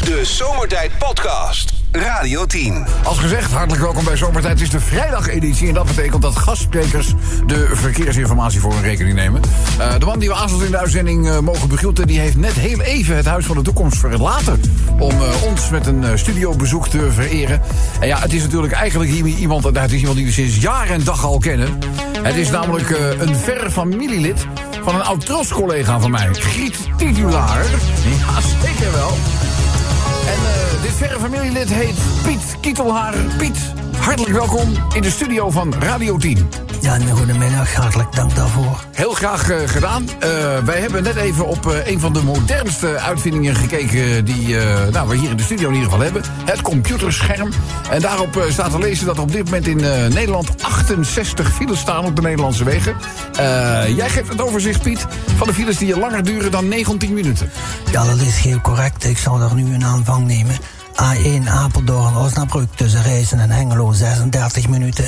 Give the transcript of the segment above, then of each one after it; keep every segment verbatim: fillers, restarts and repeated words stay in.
De Zomertijd Podcast. Radio tien. Als gezegd, hartelijk welkom bij Zomertijd. Het is de vrijdageditie en dat betekent dat gastsprekers de verkeersinformatie voor hun rekening nemen. Uh, de man die we aansluiten in de uitzending uh, mogen begroeten, die heeft net heel even het Huis van de Toekomst verlaten om uh, ons met een uh, studiobezoek te vereren. En ja, het is natuurlijk eigenlijk iemand, het is iemand die we sinds jaar en dag al kennen. Het is namelijk uh, een ver familielid van een oud-troscollega van mij, Griet Titulaar. Ja, zeker wel. En uh, dit verre familielid heet Piet Kietelhaar. Piet, hartelijk welkom in de studio van Radio tien. Ja, goedemiddag. Hartelijk dank daarvoor. Heel graag uh, gedaan. Uh, wij hebben net even op uh, een van de modernste uitvindingen gekeken die uh, nou, we hier in de studio in ieder geval hebben. Het computerscherm. En daarop uh, staat te lezen dat er op dit moment in uh, Nederland achtenzestig files staan op de Nederlandse wegen. Uh, jij geeft het overzicht, Piet, van de files die langer duren dan negentien minuten. Ja, dat is heel correct. Ik zal er nu een aanvang nemen. A één Apeldoorn-Osnabrück tussen Rijssen en Hengelo zesendertig minuten.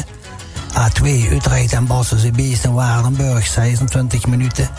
A twee Utrecht en Bossen-Beest-Waardenburg zesentwintig minuten.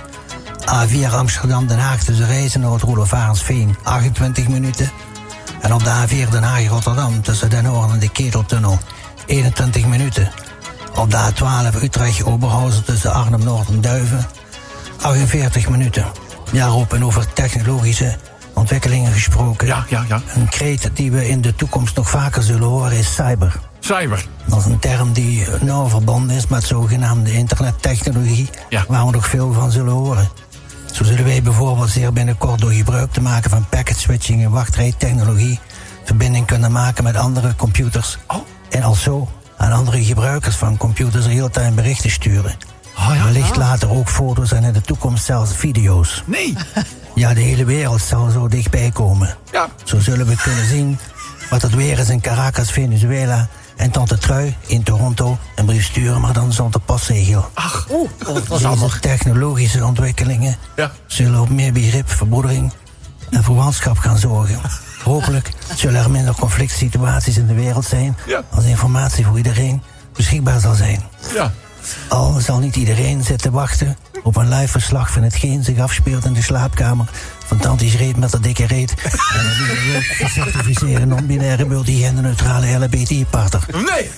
A vier Amsterdam-Den Haag tussen Rijssen en Roelof-Arendsveen achtentwintig minuten. En op de A vier Den Haag-Rotterdam tussen Den Hoorn en de Keteltunnel eenentwintig minuten. Op de A twaalf Utrecht-Oberhausen tussen Arnhem-Noord en Duiven achtenveertig minuten. Ja, Rob, en over technologische ontwikkelingen gesproken. Ja, ja, ja. Een kreet die we in de toekomst nog vaker zullen horen is cyber. Cyber. Dat is een term die nauw verbonden is met zogenaamde internettechnologie, ja, waar we nog veel van zullen horen. Zo zullen wij bijvoorbeeld zeer binnenkort door gebruik te maken van packet switching en wachtrijtechnologie verbinding kunnen maken met andere computers. Oh. En alzo aan andere gebruikers van computers real-time berichten sturen. Oh, ja, wellicht ja. later ook foto's en in de toekomst zelfs video's. Nee. Ja, de hele wereld zal zo dichtbij komen. Ja. Zo zullen we kunnen zien wat het weer is in Caracas, Venezuela, en Tante Trui in Toronto een brief sturen, maar dan zonder postzegel. Ach, oeh, dat was Deze technologische ontwikkelingen ja. zullen op meer begrip, verbroedering en verwantschap gaan zorgen. Hopelijk zullen er minder conflict situaties in de wereld zijn, ja, als informatie voor iedereen beschikbaar zal zijn. Ja. Al zal niet iedereen zitten wachten op een live verslag van hetgeen zich afspeelt in de slaapkamer van Tanti's Reet met de dikke reet en een gecertificeerde non-binaire multigenderneutrale L H B T-partner. Nee!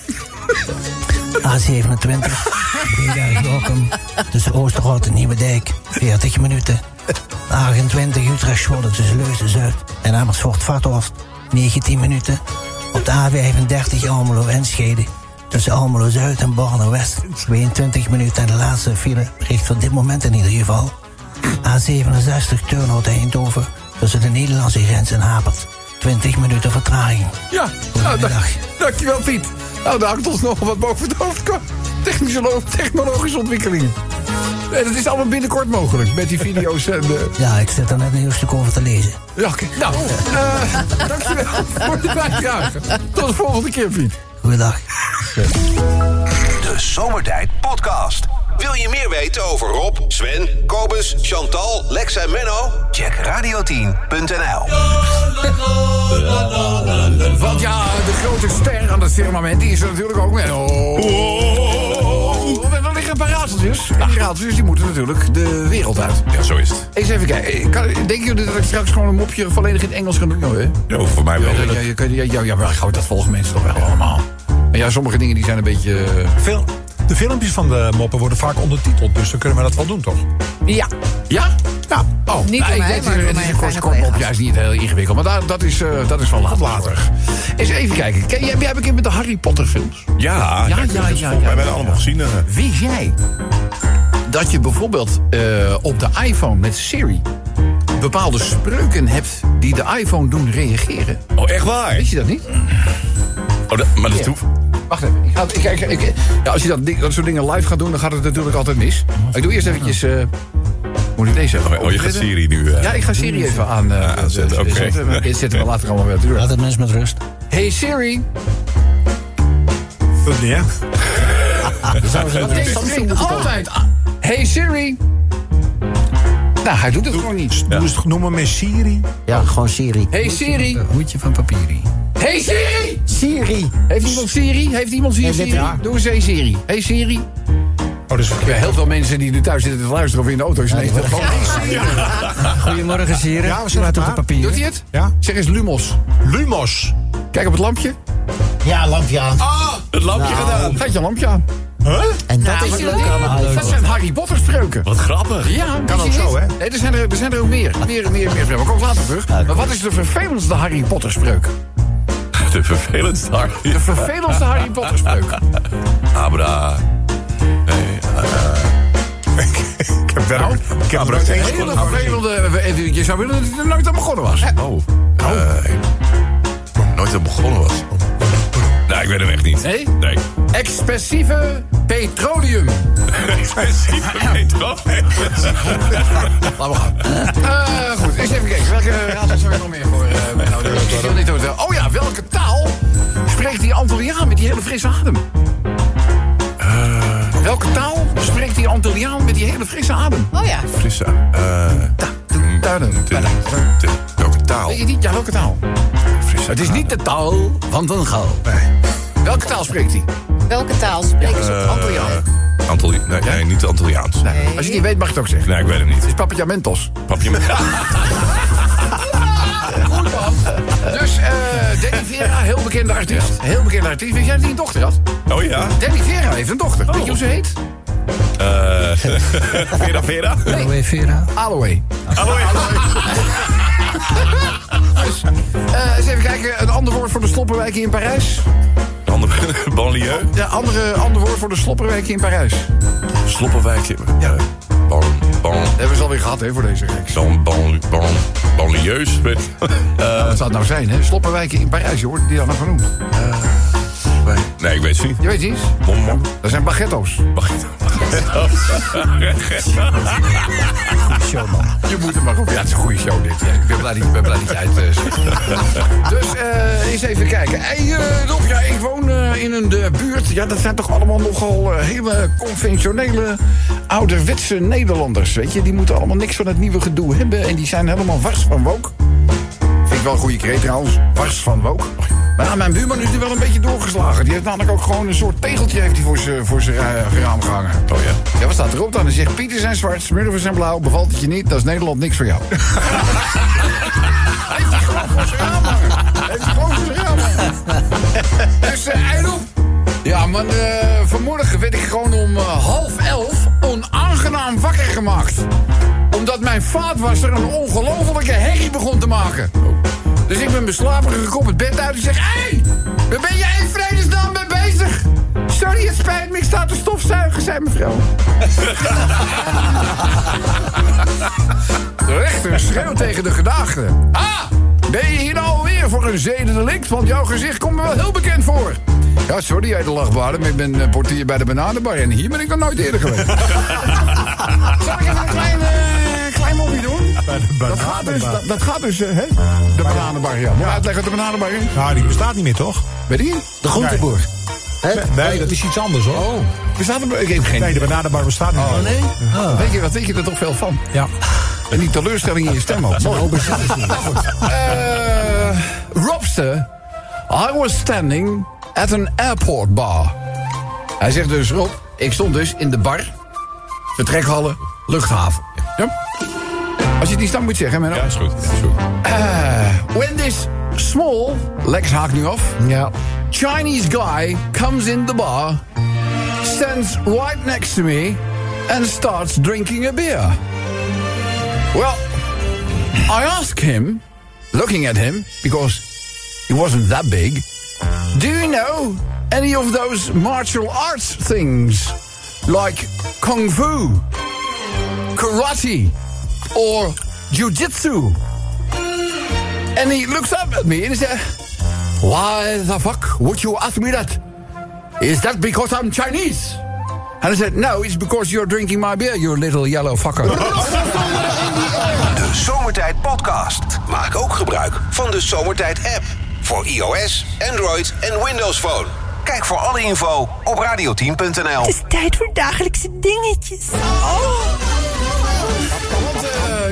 A zevenentwintig, Breda-Gorkum, tussen Oosterhout en Nieuwedijk, veertig minuten. A achtentwintig, Utrecht-Zwolle tussen Leusden-Zuid en Amersfoort-Vathorst, negentien minuten. Op de A vijfendertig, Almelo-Enschede, tussen Almelo-Zuid en Borne-West, tweeëntwintig minuten. En de laatste file richt voor dit moment in ieder geval. A zevenenzestig, Turnhout-Eindhoven, tussen de Nederlandse grens en Hapert, twintig minuten vertraging. Ja, nou, da- dankjewel Piet. Nou, daar hangt ons nog wat boven het hoofd. Technische, technologische ontwikkelingen. En dat is allemaal binnenkort mogelijk, met die video's en de... Ja, ik zit er net een heel stuk over te lezen. Ja, oké. Okay. Nou, uh, dankjewel voor de bijdrage. Tot de volgende keer, Piet. Goeiedag. De Zomertijd Podcast. Wil je meer weten over Rob, Sven, Kobus, Chantal, Lex en Menno? Check radio tien punt n l. Want ja, de grote ster aan het firmament, die is er natuurlijk ook Menno. En er liggen een paar raadseltjes. En die raadseltjes die moeten natuurlijk de wereld uit. Ja, zo is het. Eens even kijken. Denken jullie dat ik straks gewoon een mopje volledig in het Engels ga doen? Oh, hè? Ja, voor mij wel. Ja, ja, ja, ja, ja, maar dat volgen mensen toch wel allemaal. En ja, sommige dingen die zijn een beetje... Veel, de filmpjes van de moppen worden vaak ondertiteld, dus dan kunnen we dat wel doen, toch? Ja. Ja? Ja. Oh, niet nou, voor mij, het maar is, het is een kort, kort mopje, hij is niet heel ingewikkeld. Maar dat, dat, is, uh, dat is wel later. later. Eens even kijken. Ken jij, jij bekend met de Harry Potter films? Ja, ja, ja. ja, ja, ja, wij hebben ja, allemaal gezien. Uh. Wist jij dat je bijvoorbeeld uh, op de iPhone met Siri bepaalde spreuken hebt die de iPhone doen reageren? Oh, echt waar? Wist je dat niet? Oh, dat, maar dat is toe. Wacht even. Ik ga, ik, ik, ik, ja, als je dat, dat soort dingen live gaat doen, dan gaat het natuurlijk altijd mis. Maar ik doe eerst eventjes... Uh, moet ik deze even... Oh, oh je gaat Siri nu... Uh, ja, ik ga Siri even aan... Uh, aanzetten, oké. Okay. Dit zetten we later allemaal weer terug. Laat het mens met rust. Hey Siri. Goed niet, hè? Dat klinkt altijd. Hey Siri. Nou, hij doet het doe, gewoon niet. Ja. Doe het noemen met Siri. Ja, gewoon Siri. Hey Siri. Hoedje van papieri. Hey Siri. Siri. Heeft iemand Siri? Heeft iemand Siri? Siri? Ja. Doe eens hey Siri. Hey Siri. dat is Ja, heel veel mensen die nu thuis zitten te luisteren of in de auto. Ze nemen het gewoon. Goedemorgen, heren. Ja, we zijn Laat het op de maar. papier. Doet hij het? Ja. Zeg eens Lumos. Lumos. Kijk op het lampje. Ja, lampje aan. Ah, het lampje gedaan. Gaat je lampje aan. Huh? En dat Ja, is weet je leuk dat aan niet? de iPhone. Dat zijn Harry Potter spreuken. Wat grappig. Ja, Kan weet ook je zo, niet? hè? Nee, er zijn er, er zijn er ook meer. Meer, meer, meer. Maar kom later terug. Maar wat is de vervelendste Harry Potter spreuk? De vervelendste Harry. De vervelendste Harry Potter spreuk. Abra. Nee, uh, Ik heb werk. Ik heb Nou, nooit Een eens hele gehoord. vervelende... Je zou willen dat het er nooit aan begonnen was. oh. Uh, nooit aan begonnen was. Nee, ik weet hem echt niet. Nee? Nee. Expressieve petroleum. Expressieve petrol. Laten we gaan. Uh, goed, eens even kijken. Welke raad is er nog meer voor? Uh, nou, ik wil niet over- oh ja, welke taal spreekt die Antilliaan met die hele frisse adem? Uh, Welke taal spreekt die Antilliaan met die hele frisse adem? Oh ja. Frisse. Uh, welke taal? Weet je niet? Ja, welke taal? Frisse. Het is niet de taal van Van Gaal. Welke taal spreekt hij? Welke taal spreken ze op Antilliaan? Uh, Antilli nee, nee, niet de Antilliaans. Nee. Als je het niet weet, mag je het ook zeggen. Nee, ik weet hem niet. Het is Papiamentos. Papje. Goed man. Dus uh, Danny Vera, heel bekende artiest. Heel bekende artiest. Weet jij dat hij een dochter had? Oh ja? Danny Vera heeft een dochter. Weet je hoe ze heet? Uh, Vera Vera? Aloe Vera. Aloe. Hallo. Dus, uh, eens even kijken. Een ander woord voor de sloppenwijken in Parijs. Andere banlieue. Ja, andere, ander woord voor de sloppenwijken in Parijs. Sloppenwijkje. Ja. Ban, ban, Dat hebben we ze alweer gehad hè, voor deze reeks. ban, ban, ban, banlieues. Uh, Nou, wat zou het nou zijn, hè? Sloppenwijken in Parijs, je hoort die dan nog genoemd. nee, ik weet het niet. Je weet niet? Bon, bon. Dat zijn baguetto's. Wacht. Show, man. Je moet er maar op. Ja, het is een goede show dit. Ja, ik ben blij dat ik ben blij dat je uit uh, zit. Dus uh, eens even kijken. Hey, uh, Rob, ja, ik woon uh, in een uh, buurt. Ja, dat zijn toch allemaal nogal uh, hele conventionele, ouderwetse Nederlanders. Weet je, die moeten allemaal niks van het nieuwe gedoe hebben. En die zijn helemaal wars van woke. Vind ik wel een goede kreet trouwens. Wars van woke. Maar ja, mijn buurman is nu wel een beetje doorgeslagen. Die heeft namelijk ook gewoon een soort tegeltje heeft hij voor zijn voor zijn uh, raam gehangen. Oh ja. Ja, wat staat erop dan? Hij zegt, Pieten zijn zwart, smurfen zijn blauw, bevalt het je niet, dat is Nederland niks voor jou. Heeft hij gewoon voor zijn raam hangen. Heeft hij gewoon voor zijn raam hangen. Dus, uh, Eindhoek. Ja, man, uh, vanmorgen werd ik gewoon om uh, half elf onaangenaam wakker gemaakt. Omdat mijn vaatwasser een ongelofelijke herrie begon te maken. Dus ik ben beslaperig kop het bed uit en zeg... Hé, hey, waar ben jij in vredesnaam mee bezig? Sorry, het spijt me, ik sta te stofzuigen, zei mevrouw. De rechter schreeuwt tegen de gedaagde. Ah, ben je hier nou alweer voor een zedendelict? Want jouw gezicht komt me wel heel bekend voor. Ja, sorry, jij de lachbare, maar ik ben uh, portier bij de bananenbar... en hier ben ik nog nooit eerder geweest. Zal ik even een klein, uh, klein mopje doen? Bij de Dat gaat dus, bananenbar. dat, dat gaat dus, uh, hè? De bananenbar, ja. Moet je uitleggen wat de bananenbar is? Nou, die bestaat niet meer, toch? Weet je? De groenteboer. Hè? Nee, dat is iets anders, hoor. Oh, bestaat er... Ik heb geen Nee, de bananenbar bestaat niet meer. Nee? Oh. Weet je, wat weet je er toch veel van? Ja. En die teleurstelling in je stem ook. Mooi. Nou goed. Uh, Robster, I was standing at an airport bar. Hij zegt dus, Rob, ik stond dus in de bar, vertrekhallen, luchthaven. Ja? Als je het niet staan moet zeggen, Menno. Ja, is goed. Is goed. Uh, when this small, Lex haakt nu af, Ja. Chinese guy comes in the bar, stands right next to me and starts drinking a beer. Well, I asked him, looking at him, because he wasn't that big, do you know any of those martial arts things? Like kung fu, karate, or jiu-jitsu? And he looks up at me and he said, why the fuck would you ask me that? Is that because I'm Chinese? And I said, no, it's because you're drinking my beer, you little yellow fucker. De Zomertijd Podcast. Maak ook gebruik van de Zomertijd app. Voor iOS, Android en Windows Phone. Kijk voor alle info op radiotien punt n l. Het is tijd voor dagelijkse dingetjes. Want, uh,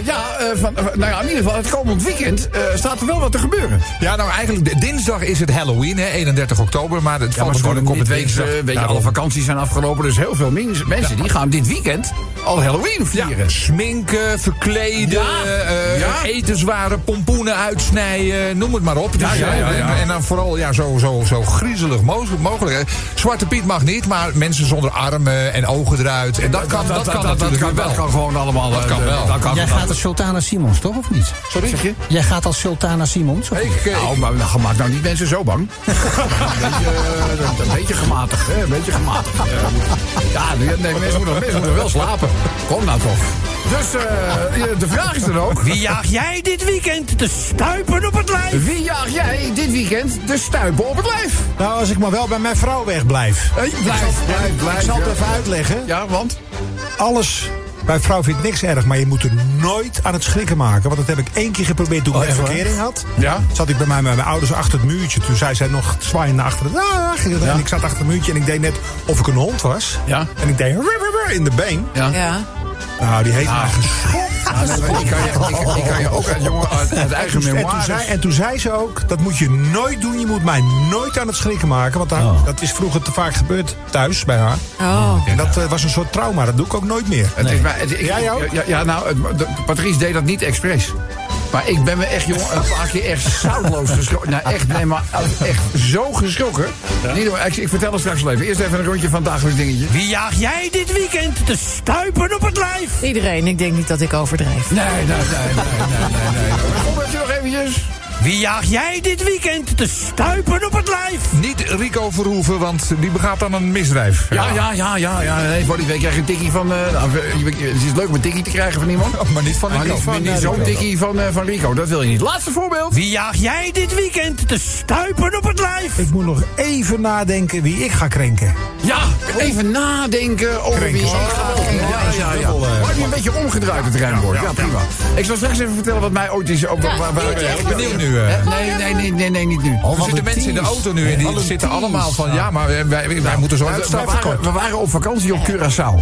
ja, uh, van, uh, nou ja, in ieder geval, het komend weekend uh, staat er wel wat te gebeuren. Ja, nou eigenlijk, de, dinsdag is het Halloween, hè, eenendertig oktober. Maar het ja, valt gewoon op het week. Uh, weet je, alle vakanties zijn afgelopen, dus heel veel mensen, mensen ja. die gaan dit weekend al Halloween vieren. Ja, sminken, verkleden, ja. Uh, ja. etenswaren, pompoenen uitsnijden, noem het maar op. Dus, ja, ja, ja, ja. En, en dan vooral ja, zo, zo, zo griezelig mogelijk. Zwarte Piet mag niet, maar mensen zonder armen en ogen eruit. En dat kan, dat, dat, dat, kan dat, natuurlijk dat, wel. Dat kan gewoon allemaal. Dat kan wel. Dat kan Jij gaat als Sultana Simons, toch? Of niet? Sorry? Zeg je? Jij gaat als Sultana Simons? Hey, ik, nou, maar nou, maak nou niet mensen zo bang. een, beetje, uh, een beetje gematigd, hè? Een beetje gematigd. Uh, ja, nee, mensen moeten, mensen moeten wel slapen. Kom nou toch. Dus uh, de vraag is dan ook... Wie jaag jij dit weekend de stuipen op het lijf? Wie jaag jij dit weekend de stuipen op het lijf? Nou, als ik maar wel bij mijn vrouw wegblijf. Hey, blijf, blijf, blijf. Ik zal het even uitleggen. Ja, want? Alles... Mijn vrouw vindt niks erg, maar je moet er nooit aan het schrikken maken. Want dat heb ik één keer geprobeerd toen ik oh, een verkering had. Ja? Zat ik bij mij met mijn ouders achter het muurtje. Toen zei zij nog zwaaiend naar achter het... Ah, ja. En ik zat achter het muurtje en ik deed net of ik een hond was. Ja? En ik deed in de been. Ja. ja. Nou, die heeft ah. mij geschopt. Ah, nee, ik, kan je, ik, ik kan je ook uit, jongen, uit, uit eigen en, memoires... En toen, zei, en toen zei ze ook, dat moet je nooit doen. Je moet mij nooit aan het schrikken maken. Want daar, oh. dat is vroeger te vaak gebeurd thuis bij haar. Oh. En dat uh, was een soort trauma. Dat doe ik ook nooit meer. Het nee. is maar, het, ik, ja, jou? ja, ja, nou, het, de, Patrice deed dat niet expres. Maar ik ben me echt, jongen, een paar keer echt zoutloos geschrokken. Nou, echt, nee, maar echt zo geschrokken. Ja. Niet, ik, ik vertel het straks wel even. Eerst even een rondje van het dagelijks dingetje. Wie jaag jij dit weekend de stuipen op het lijf? Iedereen, ik denk niet dat ik overdrijf. Nee, nee, nee, nee, nee, nee. nee. Voorbeeldje nog eventjes. Wie jaag jij dit weekend de stuipen op het lijf? Niet Rico Verhoeven, want die begaat dan een misdrijf. Ja, ja, ja, ja. ja. Nee, voor die week krijg je een tikkie van... Uh, nou, het is leuk om een tikkie te krijgen van iemand. Oh, maar niet van Rico. Maar niet, van, niet zo'n tikkie van, uh, van Rico, dat wil je niet. Laatste voorbeeld. Wie jaag jij dit weekend de stuipen op het lijf? Ik moet nog even nadenken wie ik ga krenken. Ja, even nadenken over krenken. wie ik ga krenken. Ja, ja, ja. Wordt nu een beetje omgedraaid het rijmwoord. Ja, prima. Ik zal straks even vertellen wat mij ooit is... Op, ja, waar, waar, ik ben benieuwd nu. Uh. Nee, nee, nee, nee, nee, niet nu. Oh, er zitten mensen in de auto nu en die Valentijn. zitten allemaal van... ja, maar wij, wij, wij nou, moeten zo uitstappen. We, we, we waren op vakantie op Curaçao.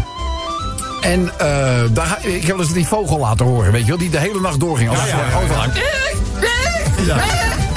En uh, daar, ik heb eens die vogel laten horen, weet je wel, die de hele nacht doorging. Als ja, ja, ja, ja, ja. ja.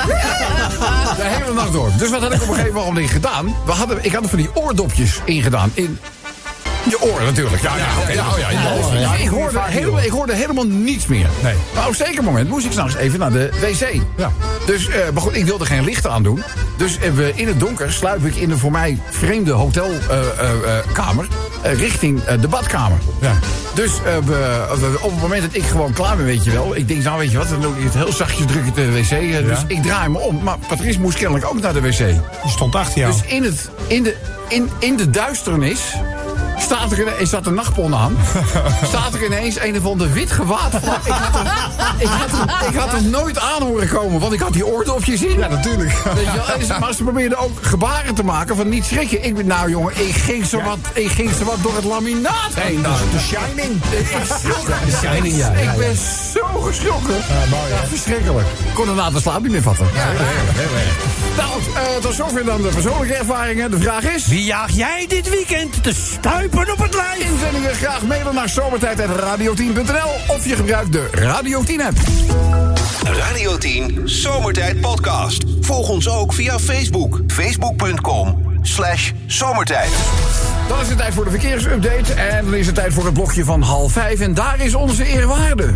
De hele nacht door. Dus wat had ik op een gegeven moment gedaan? We hadden, ik had er van die oordopjes ingedaan. In je oor natuurlijk. Ja, ja, ja, ja, ja, ja, ja, ja. Ik, hoorde helemaal, ik hoorde helemaal niets meer. Nee. Maar op een zeker moment moest ik s'nachts even naar de wc. Ja. Dus uh, maar goed, ik wilde geen licht aandoen. Dus uh, in het donker sluip ik in een voor mij vreemde hotelkamer uh, uh, uh, richting uh, de badkamer. Ja. Dus uh, we, uh, op het moment dat ik gewoon klaar ben, weet je wel. Ik denk, nou weet je wat, dan doe ik het heel zachtjes, druk ik de wc. Uh, ja. Dus ik draai me om. Maar Patrice moest kennelijk ook naar de wc. Die stond achter jou. Dus in, het, in, de, in, in de duisternis... Staat er, er staat een nachtpon aan. Staat er ineens een of ander wit gewaad. Ik had, hem, ik, had hem, ik had hem nooit aan horen komen, want ik had die oordopjes in. Ja, natuurlijk. Weet je wel? Maar ze probeerden ook gebaren te maken van niet schrikken. Ik ben, nou jongen, ik ging zo wat, ik ging zo wat door het laminaat heen. Nou, de Shining. De Shining, ja. Ik ben zo geschrokken. Ja, mooi, ja. Ja, verschrikkelijk. Ik kon daarna de slaap niet meer vatten. Ja, heel erg, heel erg. Nou, uh, tot zover dan de persoonlijke ervaringen. De vraag is... Wie jaag jij dit weekend de stuipen op het lijf? Inzendingen graag mailen naar zomertijd apenstaartje radio tien punt n l of je gebruikt de Radio tien app. Radio tien Zomertijd Podcast. Volg ons ook via Facebook. Facebook punt com slash zomertijd. Dan is het tijd voor de verkeersupdate. En dan is het tijd voor het blokje van half vijf. En daar is onze eerwaarde.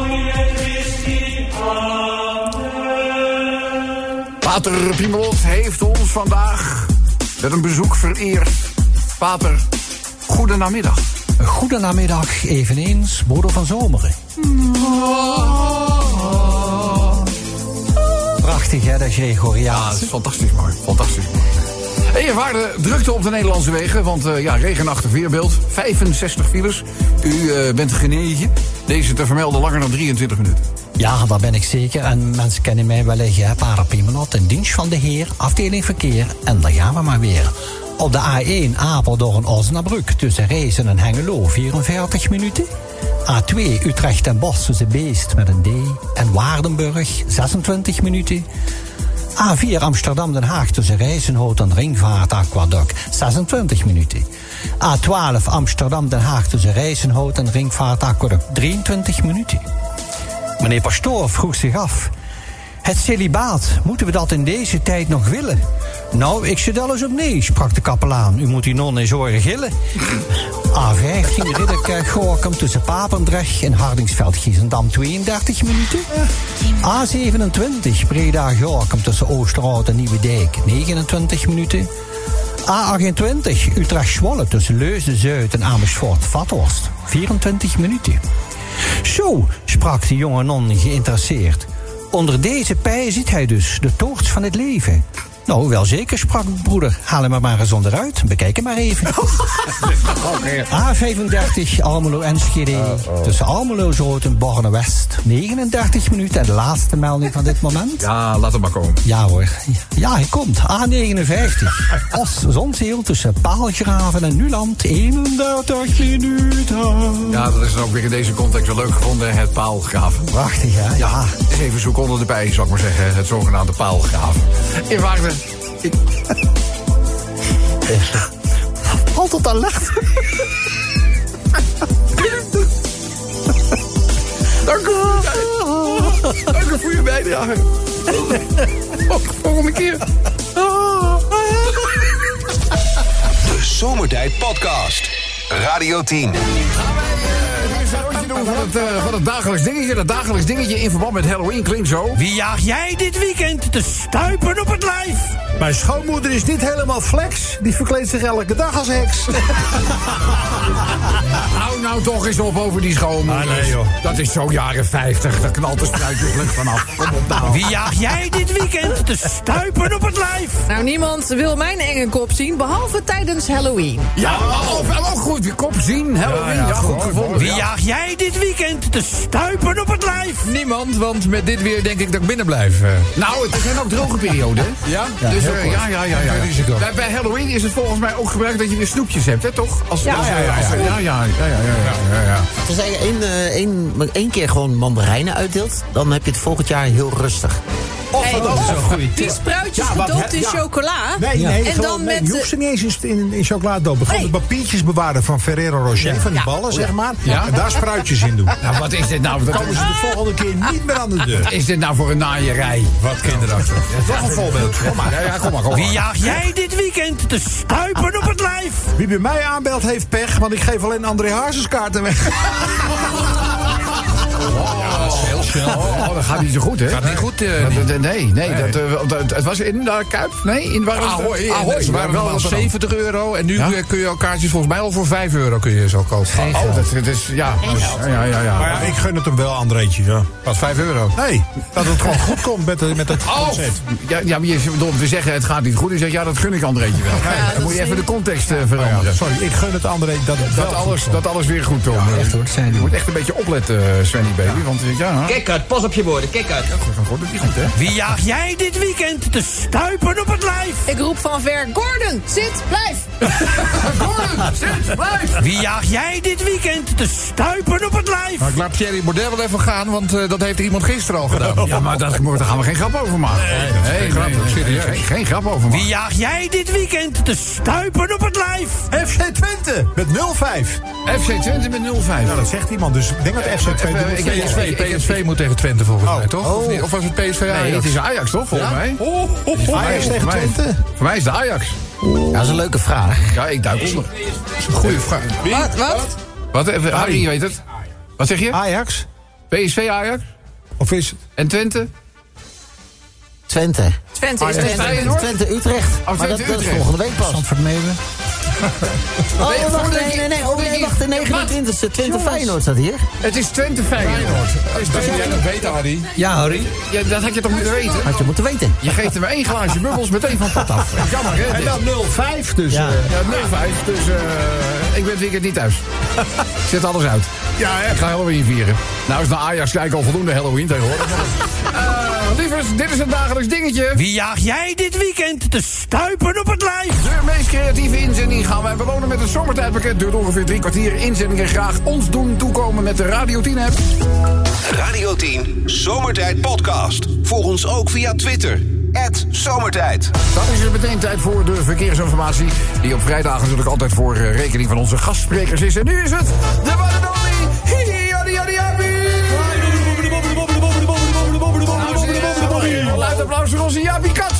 Pater Pimelot heeft ons vandaag met een bezoek vereerd. Pater, goedenamiddag. Goedenamiddag, eveneens, broeder van Zomeren. Prachtig, hè, dat Gregoriaans. Ja, dat is fantastisch mooi. Fantastisch mooi. En je waarde drukte op de Nederlandse wegen, want uh, ja, regenachtig weerbeeld. vijfenzestig files. U uh, bent genegen. Deze te vermelden langer dan drieëntwintig minuten. Ja, dat ben ik zeker. En mensen kennen mij wellicht, hè, Pater Pimelot, in dienst van de Heer, afdeling verkeer. En daar gaan we maar weer. Op de A één Apeldoorn-Osnabrück tussen Rezen en Hengelo vierenveertig minuten. A twee Utrecht en Bosch tussen Beest met een D en Waardenburg zesentwintig minuten. A vier Amsterdam-Den Haag tussen Rijzenhout en Ringvaart-Aquaduct zesentwintig minuten. A twaalf Amsterdam-Den Haag tussen Rijzenhout en Ringvaart-Aquaduct drieëntwintig minuten. Meneer Pastoor vroeg zich af: het celibaat, moeten we dat in deze tijd nog willen? Nou, ik zit alles op nee, sprak de kapelaan. U moet die non eens horen gillen. A vijftien Ridderkerk-Gorkum tussen Papendrecht en Hardingsveld-Giessendam tweeëndertig minuten. A zevenentwintig Breda-Gorkum tussen Oosterhout en Nieuwedijk negenentwintig minuten. A achtentwintig Utrecht-Zwolle tussen Leusden-Zuid en Amersfoort-Vathorst vierentwintig minuten. Zo, sprak de jonge non geïnteresseerd. Onder deze pij ziet hij dus de toorts van het leven. Nou, wel zeker, sprak de broeder. Haal hem er maar eens onderuit. Bekijk hem maar even. A vijfendertig Almelo-Enschede. Oh, oh. Tussen Almelo-Zuid en Borne-West. negenendertig minuten. En de laatste melding van dit moment. Ja, laat hem maar komen. Ja hoor. Ja, hij komt. A negenenvijftig. Os-Zonzeel tussen Paalgraven en Nuland. eenendertig minuten. Ja, dat is dan ook weer in deze context wel leuk gevonden. Het Paalgraven. Prachtig, hè? Ja. Het is even zoek onder de bij, zal ik maar zeggen. Het zogenaamde Paalgraven. In waarde... Ik... Altijd aan lacht. Dank u. Dank u voor je bijdrage. Volgende keer. De Zomertijd Podcast. Radio tien. Van het, uh, van het dagelijks dingetje. Dat dagelijks dingetje in verband met Halloween klinkt zo. Wie jaag jij dit weekend te stuipen op het lijf? Mijn schoonmoeder is niet helemaal flex. Die verkleedt zich elke dag als heks. Hou nou toch eens op over die schoonmoeders. Ah, nee, joh. Dat is zo jaren vijftig. Daar knalt de spruitjeslucht vanaf. Kom op nou. Wie jaag jij dit weekend te stuipen op het lijf? Nou, niemand wil mijn enge kop zien, behalve tijdens Halloween. Ja, wel, wel goed. Je kop zien. Halloween. Ja, ja, ja, goed mooi, gevonden. Wie jaag jij dit weekend te stuipen op het lijf? Niemand, want met dit weer denk ik dat ik binnen blijf. Uh. Nou, het zijn ook droge perioden. Ja? Ja, dus, uh, ja, ja, ja, ja. Risico. Bij, bij Halloween is het volgens mij ook gebruikt dat je weer snoepjes hebt, hè, toch? Als, ja, als, ja, ja, ja, ja, ja, ja, ja, ja, ja, ja. Als je één, één, één keer gewoon mandarijnen uitdeelt, dan heb je het volgend jaar heel rustig. Of hey, die spruitjes ja, gedoopt in ja. chocola. Nee, nee, en gewoon, dan nee, met je hoeft ze niet eens in, in chocola dopen. Gewoon nee. de papiertjes bewaren van Ferrero Rocher, ja. van die ballen, ja. zeg maar. Ja. En daar spruitjes in doen. Nou, wat is dit nou? Dan komen ze de volgende keer niet meer aan de deur. Wat is dit nou voor een naaierij? Wat kinderachtig. Ja, toch een voorbeeld. Kom maar. Ja, ja, kom maar, kom maar. Wie jaag jij dit weekend te stuipen op het lijf? Wie bij mij aanbelt heeft pech, want ik geef alleen André Hazes kaarten weg. Ja, dat is heel snel. Oh, dat gaat niet zo goed, hè? Gaat niet goed. Uh, dat, nee, nee, nee. Dat, uh, dat, het was in de Kuip? Nee, in waar Ahoy. Ahoy. Ze waren wel zeventig euro. En nu ja? kun je al kaartjes volgens mij al voor vijf euro kun je zo kopen. Geen oh, dat, dat is, ja. Ja, ja, ja. Maar ja, ik gun het hem wel, Andreetje. Ja. Wat, vijf euro? Nee, dat het gewoon goed komt met, met het oh. concept. Ja, ja, maar je, we zeggen het gaat niet goed. Je zegt, ja, dat gun ik Andreetje wel. Ja, ja, dan moet je even de context uh, veranderen. Ja, sorry, ik gun het André dat het dat alles, dat alles weer goed komt. Ja, echt, hoor, je moet echt een beetje opletten, Svenny baby. Want ja... Kijk uit, pas op je woorden, kijk uit. Ja, goed, dat is goed, hè? Wie jaag jij dit weekend te stuipen op het lijf? Ik roep van ver, Gordon, zit, blijf. Gordon, zit, blijf. Wie jaag jij dit weekend te stuipen op het lijf? Nou, ik laat Thierry Baudet wel even gaan, want uh, dat heeft iemand gisteren al gedaan. Ja, maar daar gaan we geen grap over maken. Nee, nee, nee, geen, grap, nee, serieus. Geen, geen grap over maken. Wie jaag jij dit weekend te stuipen op het lijf? F C Twente met nul vijf. F C Twente met nul vijf. Nou, dat zegt iemand, dus ik denk dat F C Twente... P S V, P S V moet tegen Twente volgens mij, toch? Oh. Of, of was het P S V Ajax? Nee, het is Ajax, toch, volgens ja? mij? Oh, oh, oh. Ajax tegen Twente? Voor mij is het Ajax. Oh. Dat is een leuke vraag. Ja, ik duik onder. Dat is een goede vraag. Wie? Wat? Wat? Wat? Even, Harry, je weet het. Wat zeg je? Ajax. P S V Ajax? Of is het? En Twente? Twente. Twente is Twente. Twente, Twente Utrecht. Oh, maar dat, Twente, dat is Utrecht. volgende week pas. Zandvoort Meeuwen. Oh, wacht, nee, nee, nee. Oh, nee, wacht, de negenentwintigste. Twente Feyenoord staat hier. Het is Twente Feyenoord. Dat zou jij nog weten, Harry. Ja, Harry. Ja, dat had je toch moeten weten? Had je moeten weten. Je geeft hem één glaasje bubbels meteen van pad af. Jammer, hè? En dan nul vijf, dus... Ja, uh, ja nul vijf, dus uh, ik ben het weekend niet thuis. Ik zet alles uit. Ja, hè? Ik ga Halloween vieren. Nou is naar Ajax kijken al voldoende Halloween tegenwoordig. uh, lievers, dit is een dagelijks dingetje. Wie jaag jij dit weekend te stuipen op het lijf? De meest creatieve inzending gaan wij belonen met het zomertijdpakket. Duurt ongeveer drie kwartier. Inzendingen graag ons doen toekomen met de Radio tien app. Radio tien Zomertijd Podcast. Volg ons ook via Twitter. at Zomertijd. Dan is het meteen tijd voor de verkeersinformatie. Die op vrijdagen natuurlijk altijd voor uh, rekening van onze gastsprekers is. En nu is het de one and only Jody Jody Happy. applaus voor onze Jaapie Kat.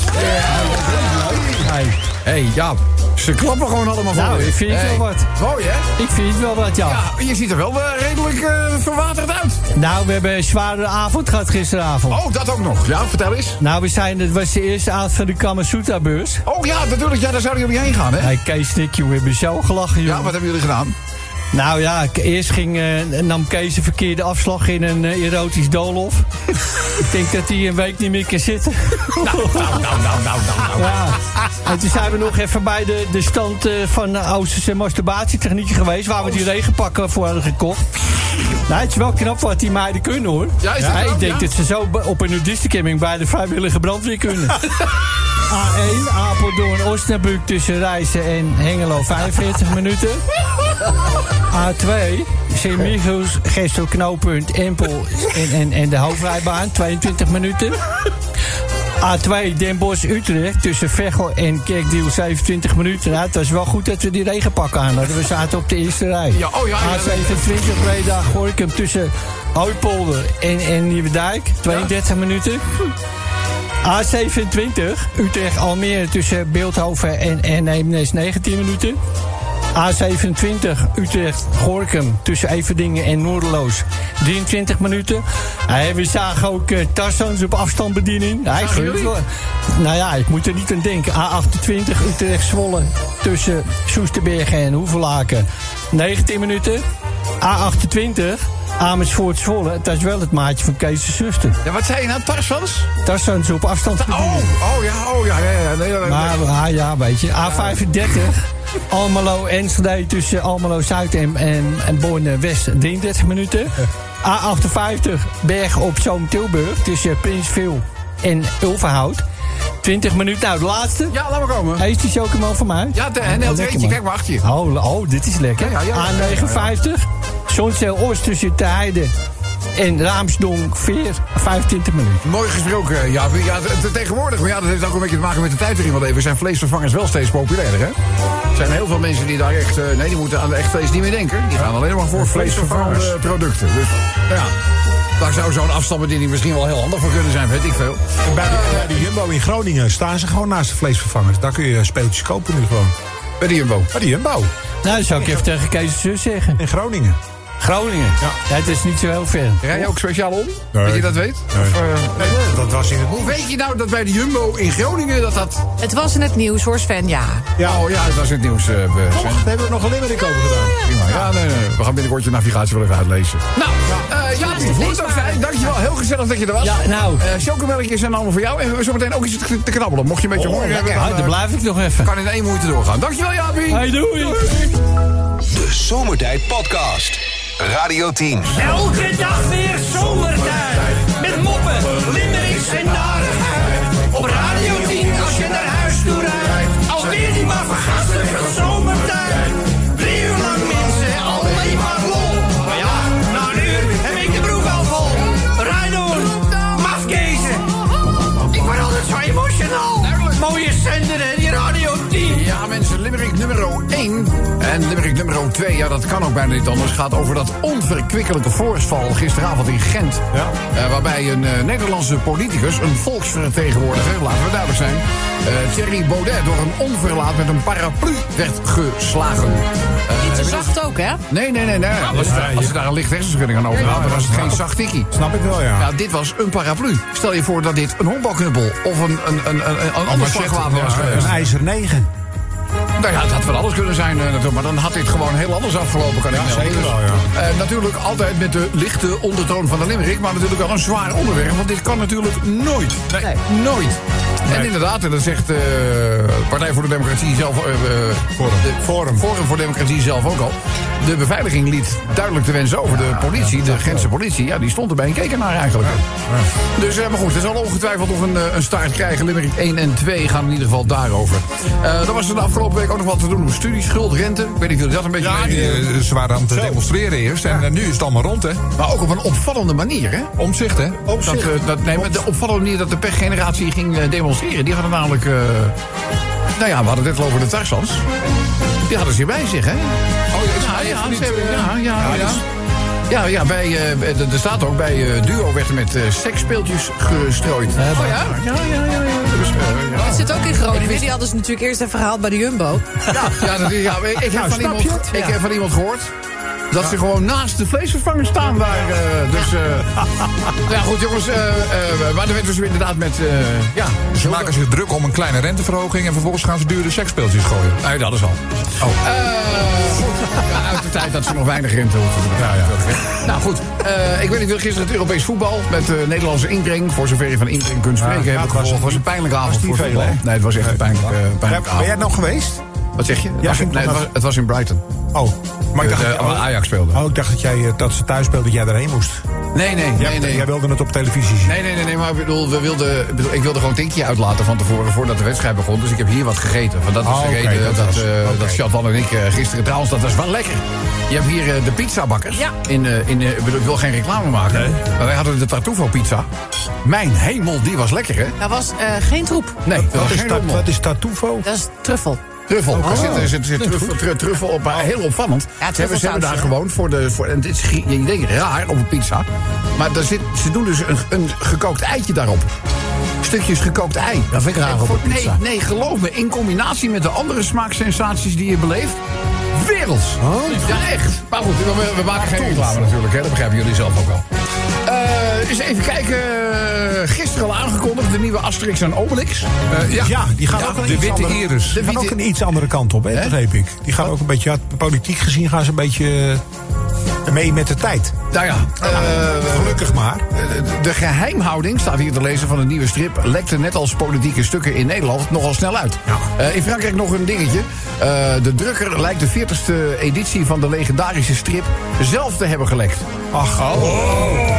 Hé, hey, Jaap. Ze klappen gewoon allemaal voor. Nou, ik vind het hey. wel wat. Mooi, hè? Ik vind het wel wat, ja. Ja, je ziet er wel uh, redelijk uh, verwaterd uit. Nou, we hebben een zware avond gehad gisteravond. Oh, dat ook nog. Ja, vertel eens. Nou, we zijn, het was de eerste avond van de Kamasutra-beurs. Oh ja, natuurlijk. Ja, daar zouden jullie heen gaan, hè? Hey, Kees en ik, we hebben zo gelachen, jongen. Ja, wat hebben jullie gedaan? Nou ja, eerst ging, uh, nam Kees een verkeerde afslag in een uh, erotisch doolhof. Ik denk dat hij een week niet meer kan zitten. Nou, nou, nou, nou, nou, nou. Ja. En toen zijn we nog even bij de, de stand uh, van de Oosterse masturbatietechnieken geweest... waar we die regenpakken voor hadden gekocht. Nou, het is wel knap wat die meiden kunnen, hoor. Ja, is dat ja, knap, ik denk ja? dat ze zo op een nudistencamping bij de vrijwillige brandweer kunnen. A één, Apeldoorn, Osnabrück tussen Rijssen en Hengelo, vijfenveertig minuten. A twee, Sint-Michiels, Gestel, knooppunt, Empel en, en, en de hoofdrijbaan, tweeëntwintig minuten. A twee, Den Bosch, Utrecht, tussen Veghel en Kerkdriel, zevenentwintig minuten. Nou, het was wel goed dat we die regenpakken aan hadden. We zaten op de eerste rij. Ja, oh ja, ja, A zevenentwintig, Breda, Gorinchem, tussen Hooipolder en, en Nieuwedijk, tweeëndertig minuten. A zevenentwintig, Utrecht, Almere, tussen Beeldhoven en, en Eemnes, negentien minuten. A zevenentwintig, Utrecht, Gorinchem, tussen Everdingen en Noorderloos, drieëntwintig minuten. Hey, we zagen ook uh, Tarzans op afstandsbediening. Hij geurt wel. Nou ja, ik moet er niet aan denken. A achtentwintig, Utrecht, Zwolle, tussen Soesterberg en Hoevelaken, negentien minuten. A achtentwintig, Amersfoort, Zwolle. Dat is wel het maatje van Kees' zuster. Ja, wat zei je nou, Tarzans? Tarzans op afstandsbediening. Oh, oh ja, oh ja, ja, ja. Nee, nee, nee. Maar ah, ja, weet je. A vijfendertig, Almelo, Enschede tussen Almelo Zuid en, en, en Borne West, drieëndertig minuten. A achtenvijftig, Bergen op Zoom, Tilburg tussen Prinsville en Ulverhout, twintig minuten. Nou, de laatste. Ja, laat maar komen. Hij is die chocomel van mij. Ja, de, en heel eentje, kijk maar achter je. Oh, oh, dit is lekker. Ja, ja, ja, A negenenvijftig, Zonzeel Oost tussen Ter Heide en Raamsdonk, Veer, vijfentwintig minuten. Mooi gesproken, ja. ja te- te- tegenwoordig, maar ja, dat heeft ook een beetje te maken met de tijd erin. Want even zijn vleesvervangers wel steeds populairder, hè? Er zijn heel veel mensen die daar echt... Uh, nee, die moeten aan de echt vlees niet meer denken. Die gaan alleen maar voor vleesvervangende producten. Dus, ja... Daar zou zo'n afstandsbediening misschien wel heel handig voor kunnen zijn, weet ik veel. Bij de, bij de Jumbo in Groningen staan ze gewoon naast de vleesvervangers. Daar kun je speeltjes kopen nu gewoon. Bij de Jumbo. Bij de Jumbo. Nou, dat zou ik even tegen Kees' zus zeggen. In Groningen. Groningen. Ja. Het is niet zo heel ver. Rij je ook speciaal om? Nee. Dat je dat weet? Nee. Of, uh, Nee, dat was in het hoe weet je nou dat bij de Jumbo in Groningen dat dat... Het was in het nieuws, hoor Sven, ja. Ja, oh ja, dat was het nieuws. Uh, Toch, daar hebben we nog een limerick over gedaan. prima. Ja, nee, nee. We gaan binnenkort je navigatie wel even uitlezen. Nou, uh, ja, hoe het ook zijn. Dankjewel. Heel gezellig dat je er was. Ja, nou. Uh, chocomelkjes zijn allemaal voor jou. En we hebben zo meteen ook iets te, te knabbelen. Mocht je een beetje Oh, honger hebben, ja, dan, dan blijf ik nog even. kan in één moeite doorgaan. Dankjewel, Jaapie. Hey, doei. De Zomertijd Podcast. Radio tien. Elke dag weer zomertijd. Met moppen, limmerings en narigheid. Op Radio tien als je naar huis toe rijdt. Alweer die maar vergasten van zomertijd. Drie uur lang mensen, alleen maar lol. Maar ja, na een uur heb ik de broek al vol. Rijd door, mafkezen. Ik word altijd zo emotional. Mooie zender, hè, die Radio tien. Ja, mensen, limerick nummer één en limerick nummer twee, ja, dat kan ook bijna niet anders, gaat over dat onverkwikkelijke voorval gisteravond in Gent. Ja. Uh, waarbij een uh, Nederlandse politicus, een volksvertegenwoordiger, laten we duidelijk zijn, uh, Thierry Baudet door een onverlaat met een paraplu werd geslagen. Uh, Niet zo zacht ook, hè? Nee, nee, nee, nee. Als, ja, als je daar een lichte hersenschudding aan overhoudt, dan was het geen zacht tikkie. Snap ik wel, ja. Ja, dit was een paraplu. Stel je voor dat dit een honkbalknuppel of een, een, een, een, een ander slagwapen was geweest. Een ijzer negen. Nou ja, het had van alles kunnen zijn uh, natuurlijk, maar dan had dit gewoon heel anders afgelopen, kan ik Ja, me zeker wel, ja. Uh, natuurlijk altijd met de lichte ondertoon van de limerick, maar natuurlijk wel een zwaar onderwerp, want dit kan natuurlijk nooit. Nee, nooit. Nee. En inderdaad, en dat zegt uh, Partij voor de Democratie zelf, uh, uh, Forum. de Forum. Forum voor Democratie zelf ook al. De beveiliging liet duidelijk te wensen over. De politie, de Gentse politie, ja, die stond erbij en keek ernaar eigenlijk. Dus, uh, maar goed, er zal ongetwijfeld nog een, uh, een start krijgen. Limerick één en twee gaan in ieder geval daarover. Uh, er was er de afgelopen week ook nog wat te doen over studieschuld, rente. Ik weet niet of jullie dat een beetje Ja, die, mee- eh, ze waren aan het demonstreren eerst. En eh, nu is het allemaal rond, hè? Maar ook op een opvallende manier, hè? Omzicht, hè? Dat, uh, dat, nee, maar de opvallende manier dat de pechgeneratie ging uh, demonstreren. Die hadden namelijk... Uh, nou ja, we hadden het net al over de Tarzans. Die hadden ze hier bij zich, hè? Oh, ja, Ja, ja, ze hebben- ja, ja, ja. Ja, ja bij, uh, er staat ook bij uh, Duo werd er met uh, seksspeeltjes gestrooid. Uh, oh ja? Ja, ja, ja. ja, dus, uh, ja. Dat zit ook in Groningen. Die hadden ze natuurlijk eerst even gehaald bij de Jumbo. Ja, ja, dat, ja ik, ik, heb nou, van iemand, ik ja. heb van iemand gehoord... dat ze gewoon naast de vleesvervanger staan daar. Uh, dus, uh, ja goed jongens, uh, uh, maar er werd dus inderdaad met... Uh, ja, Ze maken zich druk om een kleine renteverhoging... en vervolgens gaan ze dure seksspeeltjes gooien. Nee, dat is al. Oh. Uh, ja, uit de tijd dat ze nog weinig rente hoeven te betalen. Ja, ja. Nou goed, uh, ik weet niet, gisteren het Europees voetbal... met uh, Nederlandse inbreng, voor zover je van inbreng kunt spreken... Ja, ja, het was, was een pijnlijke avond voor voetbal. Veel, nee, het was echt een pijnlijke, uh, pijnlijke avond. Ben jij nog geweest? Wat zeg je? Ja, was, nee, het, was, het was in Brighton. Oh, maar ik dacht uh, dat oh, Ajax speelde. Oh, ik dacht dat, jij, dat ze thuis speelden, dat jij erheen moest. Nee, nee, jij, nee, nee. Jij wilde het op televisie zien. Nee, nee, nee, nee maar ik bedoel, we wilden, bedoel, ik wilde gewoon een tinkje uitlaten van tevoren... voordat de wedstrijd begon. Dus ik heb hier wat gegeten. Van dat is oh, de okay, reden dat, dat, uh, okay. dat Chantal en ik uh, gisteren... Trouwens, dat was wel lekker. Je hebt hier uh, de pizzabakkers. Ja. In, uh, in, uh, ik wil geen reclame maken. Nee. Maar wij hadden de Tartufo pizza. Mijn hemel, die was lekker, hè? Dat was uh, geen troep. Nee, dat wat, was is ta- wat is Tartufo? Dat is truffel. Truffel. Oh. Er zit, er zit, er zit truffel, tru, truffel op, maar heel opvallend. Ja, ze hebben, ze hebben daar ja. gewoon voor de... Voor, en dit is, je denkt raar op een pizza. Maar daar zit, ze doen dus een, een gekookt eitje daarop. Stukjes gekookt ei. Dat vind ik raar op een pizza. Nee, nee, geloof me. In combinatie met de andere smaaksensaties die je beleeft... werelds. Oh. Ja, echt. Maar goed, we, we maken geen reclame natuurlijk. Hè. Dat begrijpen jullie zelf ook wel. Uh, eens even kijken. Gisteren al aangekondigd, de nieuwe Asterix en Obelix. Uh, ja, ja, die gaan ja, ook een de iets witte andere, iris. Die gaan ook een iets andere kant op, hè, hè? begreep ik. Die gaan Wat? ook een beetje, ja, politiek gezien gaan ze een beetje mee met de tijd. Nou ja, uh, gelukkig maar. De geheimhouding, staat hier te lezen van een nieuwe strip... lekte net als politieke stukken in Nederland nogal snel uit. Ja. Uh, in Frankrijk nog een dingetje. Uh, de drukker lijkt de veertigste editie van de legendarische strip... zelf te hebben gelekt. Ach, oh.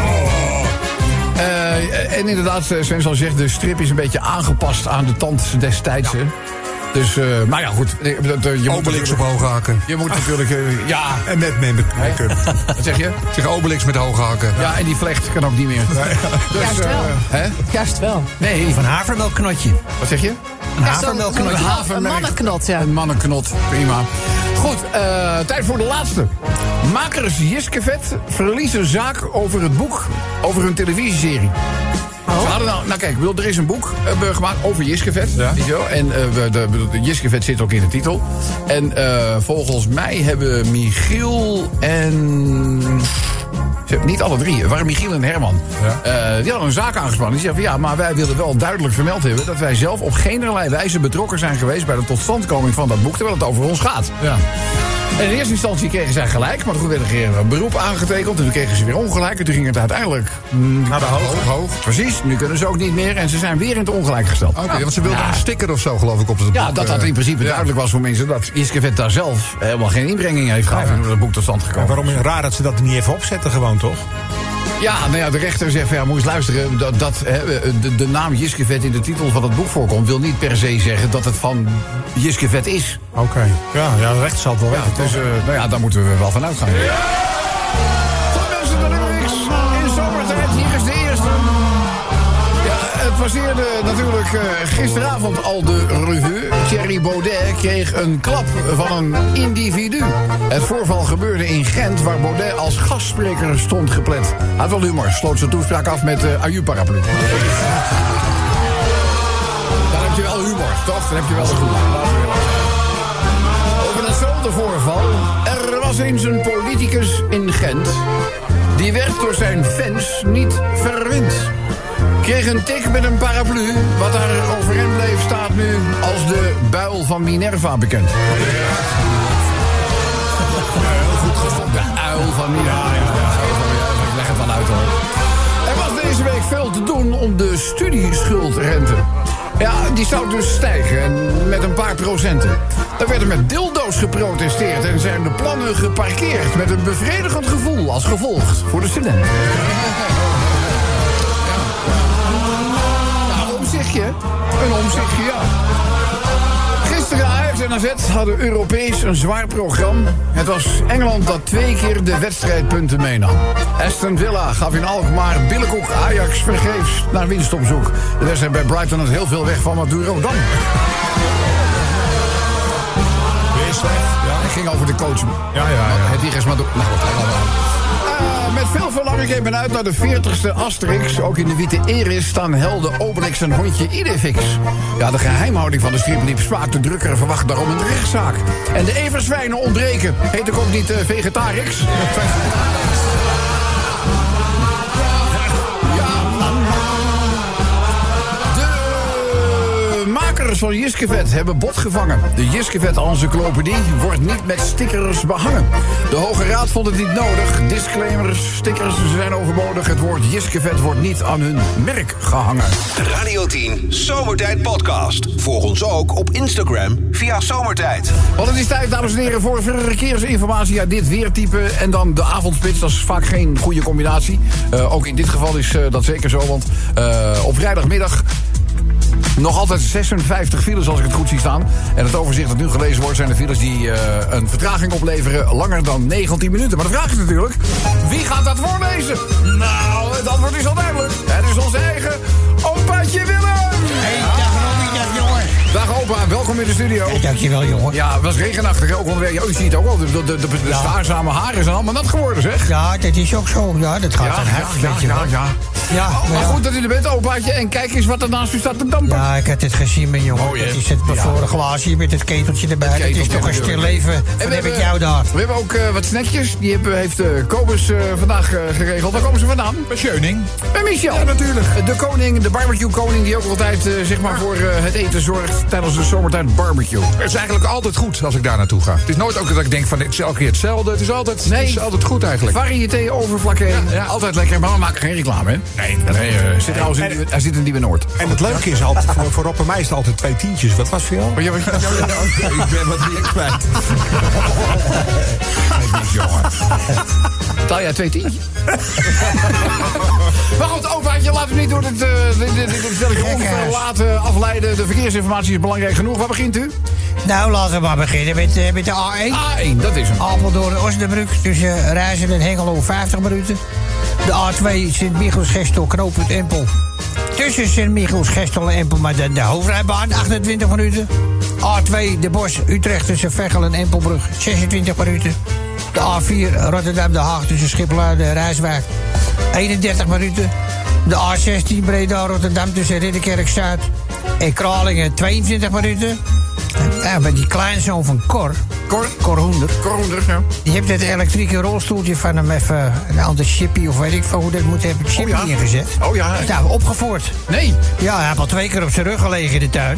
Uh, en inderdaad, Sven zal zegt, de strip is een beetje aangepast aan de tand destijds. Ja. Dus, uh, maar ja, goed. Je Obelix op hoge hakken. Je moet natuurlijk, uh, ja. En met make-up. Wat zeg je? Ik zeg Obelix met hoge hakken. Ja, en die vlecht kan ook niet meer. Ja. Dus, Juist wel. Uh, hè? Juist wel. Nee. Van havermelkknotje. Wat zeg je? Een havermelkknot. Een, havermelk. een mannenknot, ja. Een mannenknot, prima. Goed, uh, tijd voor de laatste. Makers Jiskevet verliezen zaak over het boek over hun televisieserie. Oh. Ze hadden nou, nou kijk, er is een boek uh, gemaakt over Jiskevet. Ja. En uh, de, de, de Jiskevet zit ook in de titel. En uh, volgens mij hebben Michiel en... Niet alle drie, het waren Michiel en Herman. Ja. Uh, die hadden een zaak aangespannen. Die zeiden van ja, maar wij willen wel duidelijk vermeld hebben... dat wij zelf op geenerlei wijze betrokken zijn geweest... bij de totstandkoming van dat boek, terwijl het over ons gaat. Ja. En in eerste instantie kregen zij gelijk, maar toen werd er een beroep aangetekend... en toen kregen ze weer ongelijk en toen ging het uiteindelijk... Naar de hoog. hoog. hoog. Precies, nu kunnen ze ook niet meer en ze zijn weer in het ongelijk gesteld. Oké, okay, want ze wilden ja. een sticker of zo, geloof ik, op het ja, boek. Ja, dat dat in principe ja. duidelijk was voor mensen... dat Jiskevet daar zelf helemaal geen inbrenging heeft gehad... Ja, ja. door het boek tot stand gekomen. En waarom is raar dat ze dat er niet even opzetten gewoon, toch? Ja, nou ja, de rechter zegt van ja, moet eens luisteren. Dat, dat hè, de, de naam Jiskevet in de titel van het boek voorkomt... wil niet per se zeggen dat het van Jiskevet is. Oké, okay. ja, ja, de rechter zal het wel weten. Ja, dus, uh, nou ja, daar moeten we wel van uitgaan. Ja! Voor mensen, de lyrics in zomertijd. Hier is de eerste. Ja, het passeerde natuurlijk uh, gisteravond al de revue. Thierry Baudet kreeg een klap van een individu. Het voorval gebeurde in Gent, waar Baudet als gastspreker stond gepland. Hij had wel humor, sloot zijn toespraak af met uh, aju-paraplu. Dan heb je wel humor, toch? Dan heb je wel een goed. Over datzelfde voorval. Er was eens een politicus in Gent. Die werd door zijn fans niet verwend. Kreeg een tik met een paraplu. Wat daar overeind bleef staat nu als de buil van Minerva bekend. Ja, heel goed gevonden. De uil van Minerva. Ja, ja, ja. Ik leg het wel uit hoor. Er was deze week veel te doen om de studieschuldrente. Ja, die zou dus stijgen met een paar procenten. Daar werden met dildo's geprotesteerd en zijn de plannen geparkeerd... met een bevredigend gevoel als gevolg voor de studenten. Een omzichtje, ja. Gisteren Ajax en A Z hadden Europees een zwaar programma. Het was Engeland dat twee keer de wedstrijdpunten meenam. Aston Villa gaf in Alkmaar billenkoek Ajax vergeefs naar winst op zoek. De wedstrijd bij Brighton had heel veel weg van Maduro dan. Weer slecht. Ja. Het ging over de coach. Ja, ja, ja. Het hier is maar door. Nou, goed, met veel verlangen ik ben uit naar de veertigste Asterix. Ook in de witte Eris staan helden Obelix en hondje Idefix. Ja, de geheimhouding van de strip liep spaak. De drukker verwacht daarom een rechtszaak. En de everzwijnen ontbreken. Heet ik ook niet uh, Vegetarix? De makers van Jiskevet hebben bot gevangen. De Jiskevet-encyclopedie wordt niet met stickers behangen. De Hoge Raad vond het niet nodig. Disclaimers, stickers zijn overbodig. Het woord Jiskevet wordt niet aan hun merk gehangen. Radio tien Zomertijd Podcast. Volg ons ook op Instagram via Zomertijd. Want het is tijd, dames en heren, voor verkeersinformatie. Ja, dit weertype en dan de avondspits. Dat is vaak geen goede combinatie. Uh, ook in dit geval is uh, dat zeker zo. Want uh, op vrijdagmiddag nog altijd zesenvijftig files als ik het goed zie staan. En het overzicht dat nu gelezen wordt zijn de files die uh, een vertraging opleveren langer dan negentien minuten. Maar de vraag is natuurlijk, wie gaat dat voorlezen? Nou, het antwoord is al duidelijk. Het is onze eigen opaatje Willem. Hey, dag Robby, dag jongen. Dag opa, welkom in de studio. Hey, dankjewel jongen. Ja, het was regenachtig ook onderweg. Oh, je ziet het ook al, de, de, de, de, de ja. staarzame haren zijn allemaal nat geworden, zeg. Ja, dat is ook zo. Ja, dat gaat ja, dan hard, ja, weet je ja, wel. ja, ja. Ja, maar, maar goed dat u er bent, opaatje. En kijk eens wat er naast u staat te dampen. Ja, ik heb het gezien, mijn jongen. Oh, yeah. Dat is het bevroren ja. glaasje met het keteltje erbij. Het, keteltje, het is toch een stil leven. Wat heb ik jou daar? We hebben ook uh, wat snackjes. Die hebben, heeft uh, Kobus uh, vandaag uh, geregeld. Waar komen ze vandaan? Bij Scheuning. Bij Michel. Ja, natuurlijk. De koning, de barbecue koning, die ook altijd uh, zeg maar voor uh, het eten zorgt tijdens de zomertijd barbecue. Het is eigenlijk altijd goed als ik daar naartoe ga. Het is nooit ook dat ik denk van het is elke keer hetzelfde. Het is altijd, nee. het is altijd goed eigenlijk. Variété overvlak heen. Ja, ja. Altijd lekker, maar we maken geen reclame, hè? Nee. nee uh, zit trouwens in, en, hij zit in Nieuwe Noord. En het leuke is altijd, voor, voor Rob en mij is het altijd twee tientjes. Wat was voor jou? Oh, ja, wat, ja, ja, ja. Ik ben wat meer kwijt. Nee, niet, jongen. Betaal jij twee tientjes? Maar goed, opaatje, laten we niet door dit, uh, dit, dit, dit stelletje ongeveer laten afleiden. De verkeersinformatie is belangrijk genoeg. Waar begint u? Nou, laten we maar beginnen met, uh, met de A één. A één, dat is hem. Apeldoorn-Osnabrück tussen uh, Reizen en Hengelo vijftig minuten. De A twee Sint-Michiels-Gestel, knooppunt Empel. Tussen Sint-Michiels-Gestel en Empel, maar de, de hoofdrijbaan achtentwintig minuten. A twee De Bosch, Utrecht tussen Veghel en Empelbrug, zesentwintig minuten. De A vier Rotterdam-De Haag tussen Schiphol en de Rijswijk, eenendertig minuten. De A zestien Breda-Rotterdam tussen Ridderkerk-Zuid en Kralingen, tweeëntwintig minuten. Ja, maar die kleinzoon van Cor, Cor, Cor Hoender, Cor Hoender, ja. Die heeft het elektrische rolstoeltje van hem even een ander chippy of weet ik veel hoe dat moet hebben, chippy oh ja. ingezet. Oh ja. Is daar opgevoerd. Nee. Ja, hij heeft al twee keer op zijn rug gelegen in de tuin.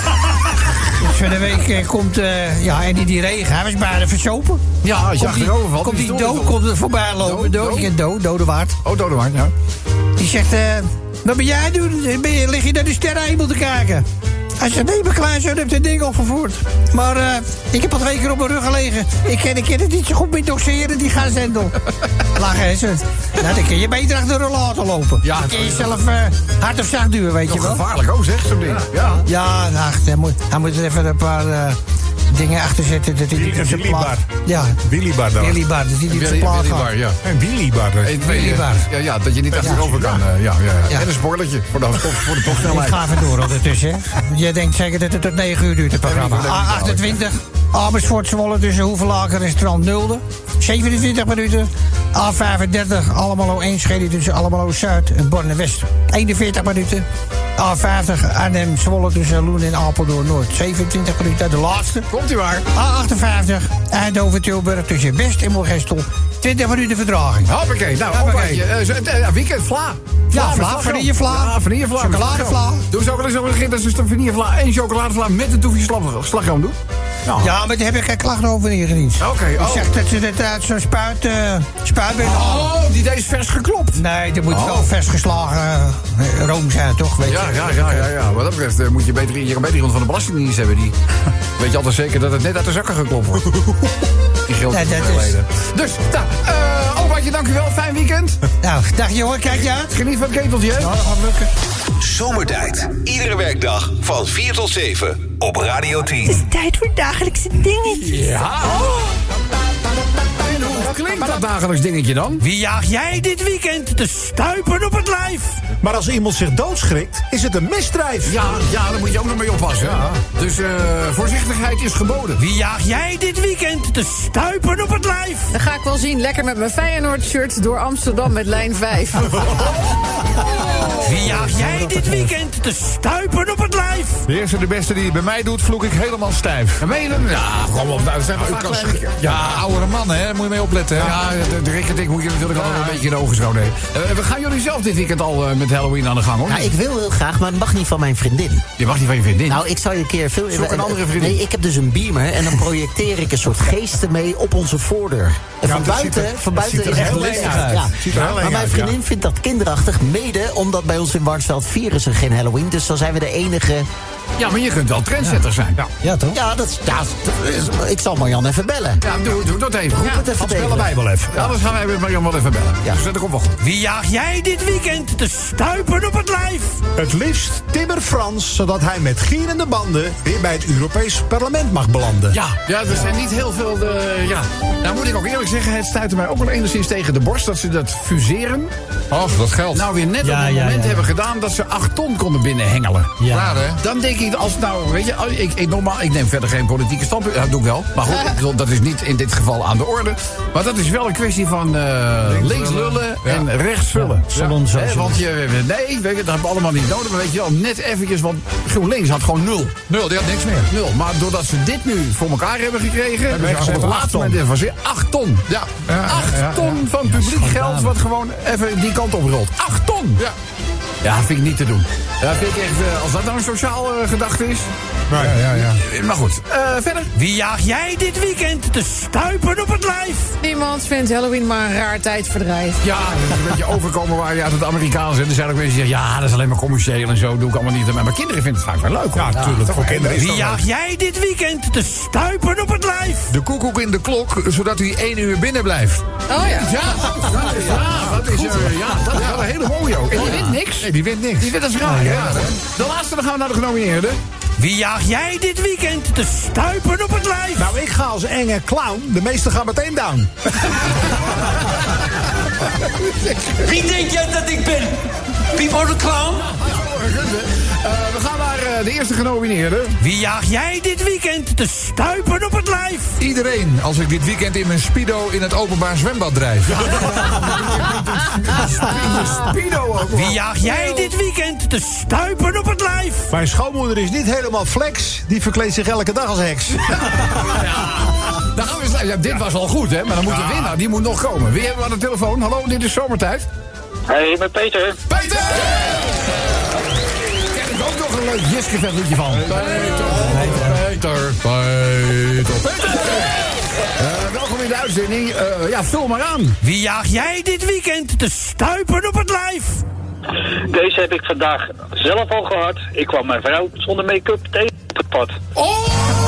Dus van de week eh, komt, uh, ja, en die, die regen, hij was bijna versopen. Ja, als je achterover valt. Komt die dood, komt er voorbij lopen. Do, do, do, do, Dodewaard. Oh, Dodewaard, ja. Die zegt, uh, wat ben jij doen? Ben je, lig je naar de sterrenhemel te kijken? Hij zegt, nee, mijn kleinzoon heeft het ding opgevoerd. Maar uh, ik heb al twee keer op mijn rug gelegen. Ik ken, ik ken het niet zo goed met doxeren, die gaan zendel. Lachen, hè, zo. Nou, dan kun je beter achter de rollator lopen. Ja, dan kun je zelf uh, hard of zacht duwen, weet je wel. Gevaarlijk, oh zeg, zo'n ding. Ja, ja, ja ach, hij, moet, hij moet er even een paar uh, dingen achter zetten. Dat hij niet op zijn plaat... Ja, Willybar dan. Willybar, dat hij niet op zijn plaat gaat. Ja. En Willybar. Willybar. Ja, ja, dat je niet achterover kan. Uh, ja, ja, ja. En een spoorletje voor de, voor de togsnelheid. Ik ga even door ondertussen, hè. Je denkt zeker dat het tot negen uur duurt, het programma. A achtentwintig, Amersfoort Zwolle tussen Hoevelaken en Strand Nulde. zevenentwintig minuten. A vijfendertig, Almelo Enschede tussen Almelo Zuid en Borne West. eenenveertig minuten. A vijftig, Arnhem Zwolle tussen Loen en Apeldoorn Noord. zevenentwintig minuten. De laatste. Komt u waar? A achtenvijftig, Eindhoven Tilburg tussen Best en Moergestel. twintig minuten vertraging. Hoppakee. Nou, opaatje. Uh, weekend Vla. Ja, Vla, vanillevla. Ja, vanillevla. Chocoladevla. Doe zo wel eens over dat ze vanillevla en chocoladevla met een toefje slagroom doen. Nou. Ja, maar daar heb ik geen klacht over ingediend. Oké, okay, oh. Ik zeg dat ze dat uit zo'n spuit, uh, spuit bent. Oh, die deze vers geklopt. Nee, er moet oh. wel vers geslagen uh, room zijn, toch? Weet ja, je? ja, ja, ja, ja. Wat dat betreft uh, moet je beter, je kan beter iemand van de Belastingdienst hebben. Die weet je altijd zeker dat het net uit de zakken geklopt wordt. Die geldt nee, dat is... Dus, nou, uh, opaatje, dank u wel. Fijn weekend. Nou, dag jongen, kijk je uit. Geniet van het keteltje, hè? Nou, dat gaat lukken. Zomertijd. Iedere werkdag van vier tot zeven op Radio tien. Het is tijd voor dagelijkse dingetjes. Ja. Oh. klinkt dat dagelijks dingetje dan? Wie jaag jij dit weekend te stuipen op het lijf? Maar als iemand zich doodschrikt, is het een misdrijf. Ja, ja, daar moet je ook nog mee oppassen. Ja. Dus uh, voorzichtigheid is geboden. Wie jaag jij dit weekend te stuipen op het lijf? Dan ga ik wel zien, lekker met mijn Feyenoord-shirt door Amsterdam met lijn vijf. Wie jaag jij dit weekend te stuipen op het lijf? De eerste de beste die het bij mij doet, vloek ik helemaal stijf. Ja, meen je dat? Ja, kom op. Nou, dat zijn wel vaak kleine... Ja, oudere mannen, hè. Daar moet je mee opletten. Hè? Ja, de, de Rick en ik moet je natuurlijk al een beetje in de ogen schouwen. Uh, we gaan jullie zelf dit weekend al uh, met Halloween aan de gang, hoor. Ja, ik wil heel graag, maar het mag niet van mijn vriendin. Je mag niet van je vriendin? Nou, ik zal je een keer veel... Zoek een andere vriendin. Nee, ik heb dus een beamer en dan projecteer ik een soort geesten mee op onze voordeur. En Ja, van buiten, er, van buiten is het leuk uit. Ja. Ja, Maar mijn vriendin ja. vindt dat kinderachtig, mede omdat bij ons in Warnsveld vieren ze geen Halloween. Dus dan zijn we de enige... Ja, maar je kunt wel trendsetter zijn. Ja, ja toch? Ja, dat is, ja, ik zal Marjan even bellen. Ja, doe, doe dat even. Roep het even Anders bellen wij wel even. Ja, anders gaan wij met Marjan wel even bellen. Ja. Dus dat komt wel goed. Wie jaag jij dit weekend te stuipen op het lijf? Het liefst Timmer Frans, zodat hij met gierende banden weer bij het Europees Parlement mag belanden. Ja, ja er zijn niet heel veel... De, ja. Nou moet ik ook eerlijk zeggen, het stuitte mij ook wel enigszins tegen de borst dat ze dat fuseren. Och, dat geldt. Nou weer net ja, op het ja, moment ja. hebben gedaan dat ze acht ton konden binnenhengelen. Ja. Klaar, hè? Dan denk ik, als nou, weet je, ik, ik, normaal, ik neem verder geen politieke standpunt. Dat doe ik wel. Maar goed, ik bedoel, dat is niet in dit geval aan de orde. Maar dat is wel een kwestie van uh, links, links lullen ja. en rechts vullen. Ja. Salon, zo, He, zo. want je, nee, weet je, dat hebben we allemaal niet nodig. Maar weet je wel, net eventjes, want GroenLinks had gewoon nul. Nul, die had niks meer. Nul. Maar doordat ze dit nu voor elkaar hebben gekregen, hebben ze ze op het acht laatste ton. moment even acht ton. Ja. ja, ja, Acht ja, ja. ton van publiek geld wat gewoon even die kant op rolt. Acht ton! Ja. Ja, vind ik niet te doen. Ja, vind ik echt, uh, als dat nou een sociaal uh, gedachte is. Ja, ja, ja. Maar goed, uh, verder. Wie jaag jij dit weekend te stuipen op het lijf? Niemand vindt Halloween maar een raar tijdverdrijf. Ja, dat is een beetje overkomen waar je uit het Amerikaans en er zijn ook mensen die zeggen, ja, dat is alleen maar commercieel en zo, doe ik allemaal niet. Maar kinderen vinden het vaak wel leuk, hoor. Ja, natuurlijk. Voor kinderen is Wie dat jaag leuk. jij dit weekend te stuipen op het lijf? De koekoek in de klok, zodat hij één uur binnen blijft. Oh ja. Ja, ja, dat is, uh, ja, dat is wel een hele mooie ook. En die wint niks. Nee, die wint niks. Die wint, dat is raar. Ja. De laatste, dan gaan we naar de genomineerden. Wie jaag jij dit weekend te stuipen op het lijf? Nou, ik ga als enge clown. De meesten gaan meteen down. Wie denk jij dat ik ben? Pipo de Clown? Uh, we gaan naar uh, de eerste genomineerde. Wie jaag jij dit weekend te stuipen op het lijf? Iedereen, als ik dit weekend in mijn speedo in het openbaar zwembad drijf. Speedo ook. Wie jaag jij dit weekend te stuipen op het lijf? Mijn schoonmoeder is niet helemaal flex. Die verkleedt zich elke dag als heks. Dan gaan we, ja, dit was al goed, hè? Maar dan moet de winnaar, die moet nog komen. Wie hebben we aan de telefoon? Hallo, dit is Zomertijd. Hey, met Peter. Peter! Ken ik ook nog een leuk Jiske-vet liedje van. Peter, Peter, Peter, Peter. Uh, welkom in de uitzending. Uh, ja, vul maar aan. Wie jaag jij dit weekend te stuipen op het lijf? Deze heb ik vandaag zelf al gehad. Ik kwam mijn vrouw zonder make-up tegen op het pad. Oh!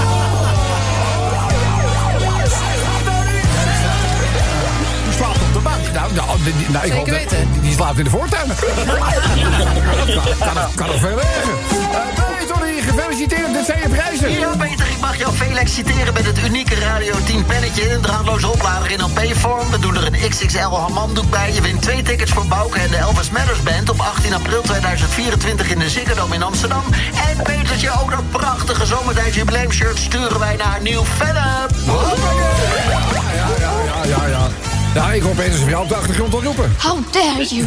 Die slaapt op de bank. Nou, nou, die, die, nou ik Zeker hoop dat- weten. Die, die slaapt in de voortuin. Dat kan, kan, kan nog veel erger. Uh, Peter, gefeliciteerd. Dit zijn je prijzen. Ja, Peter, ik mag jou feliciteren met het unieke Radio tien pennetje. Een draadloze oplader in L P-vorm. We doen er een X X L handdoek bij. Je wint twee tickets voor Bouke en de Elvis Matters Band op achttien april tweeduizend vierentwintig in de Ziggo Dome in Amsterdam. En Petertje, ook dat prachtige zomertijd jubileumshirt sturen wij naar Nieuw Philip. Ja, ja, ja, ja, ja. Nou, ik hoor Peter zijn vrouw op de achtergrond al roepen. How dare you?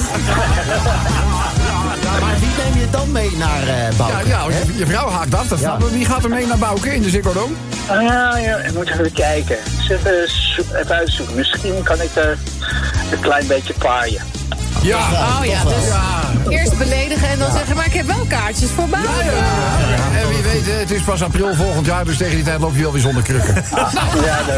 Maar wie neem je dan mee naar uh, Bouke? Ja, ja, je, je vrouw haakt af. Dat Ja. snap ik. Wie gaat er mee naar Bouke in de Ziggo Dome? Ah, ja, ja, ik moet even kijken. Dus even, zoek- even uitzoeken. Misschien kan ik er een klein beetje paaien. Ja. Oh ja, dus eerst beledigen en dan zeggen, maar ik heb wel kaartjes voor buiten. Ja, ja. En wie weet, eh, het is pas april volgend jaar, dus tegen die tijd loop je wel weer zonder krukken. Ja, nee.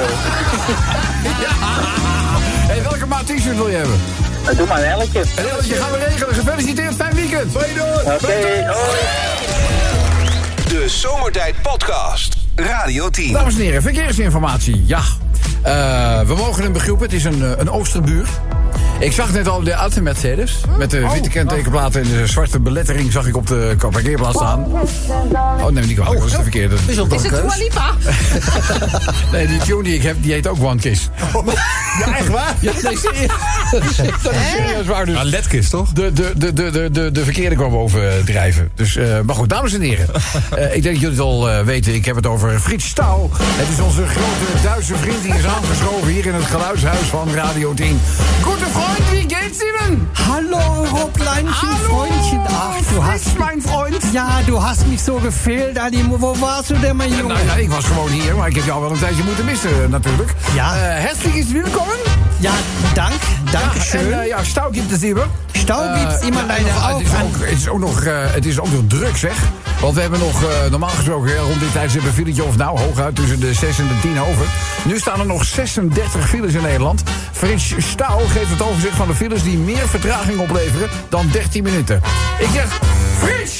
Hey, welke maat t-shirt wil je hebben? Uh, Doe maar een elkje. Een elkje gaan we regelen. Gefeliciteerd, fijn weekend. Doei, doei. Oké, hoi. De Zomertijd Podcast. Radio tien. Dames en heren, verkeersinformatie. Ja, uh, we mogen hem begroepen. Het is een, uh, een Oosterbuur. Ik zag net al de Alte Mercedes. Met de witte kentekenplaten en de zwarte belettering zag ik op de parkeerplaats staan. Oh, nee, niet kwalijk. Dat is de verkeerde. Is het Dua Lipa? Nee, die tune die ik heb, die heet ook One Kiss. Ja, echt waar? Ja, nee, serieus. Dat is serieus waar. Dus Ja, Letkiss, toch? de, de, de, de, de, de, de verkeerde kwam bovendrijven. Dus, uh, maar goed, dames en heren. Uh, ik denk dat jullie het al uh, weten. Ik heb het over Frits Staal. Het is onze grote Duitse vriend. Die is aangeschoven hier in het geluidshuis van Radio tien. Gute Freund, wie geht's Ihnen? Hallo, Robleinchen, Freundchen. Ach, du hast... mijn Freund. Ja, du hast mich so gefehlt, Adi. Wo warst du denn, mein Junge? Nou ja, ik was gewoon hier, maar ik heb jou wel een tijdje moeten missen, natuurlijk. Ja. Uh, herzliches willkommen. Ja, dank. Danke Ja, schön. en uh, ja, Stau gibt es immer. Stau gibt's immer Uh, leider ja, auch. het, is ook, het, is ook nog, uh, het is ook nog druk, zeg. Want we hebben nog, uh, normaal gesproken, ja, rond dit tijdstip een filetje of nou, hooguit tussen de zes en de tien over. Nu staan er nog zesendertig files in Nederland. Frits Stau geeft het overzicht van de files die meer vertraging opleveren dan dertien minuten. Ik zeg, Frits!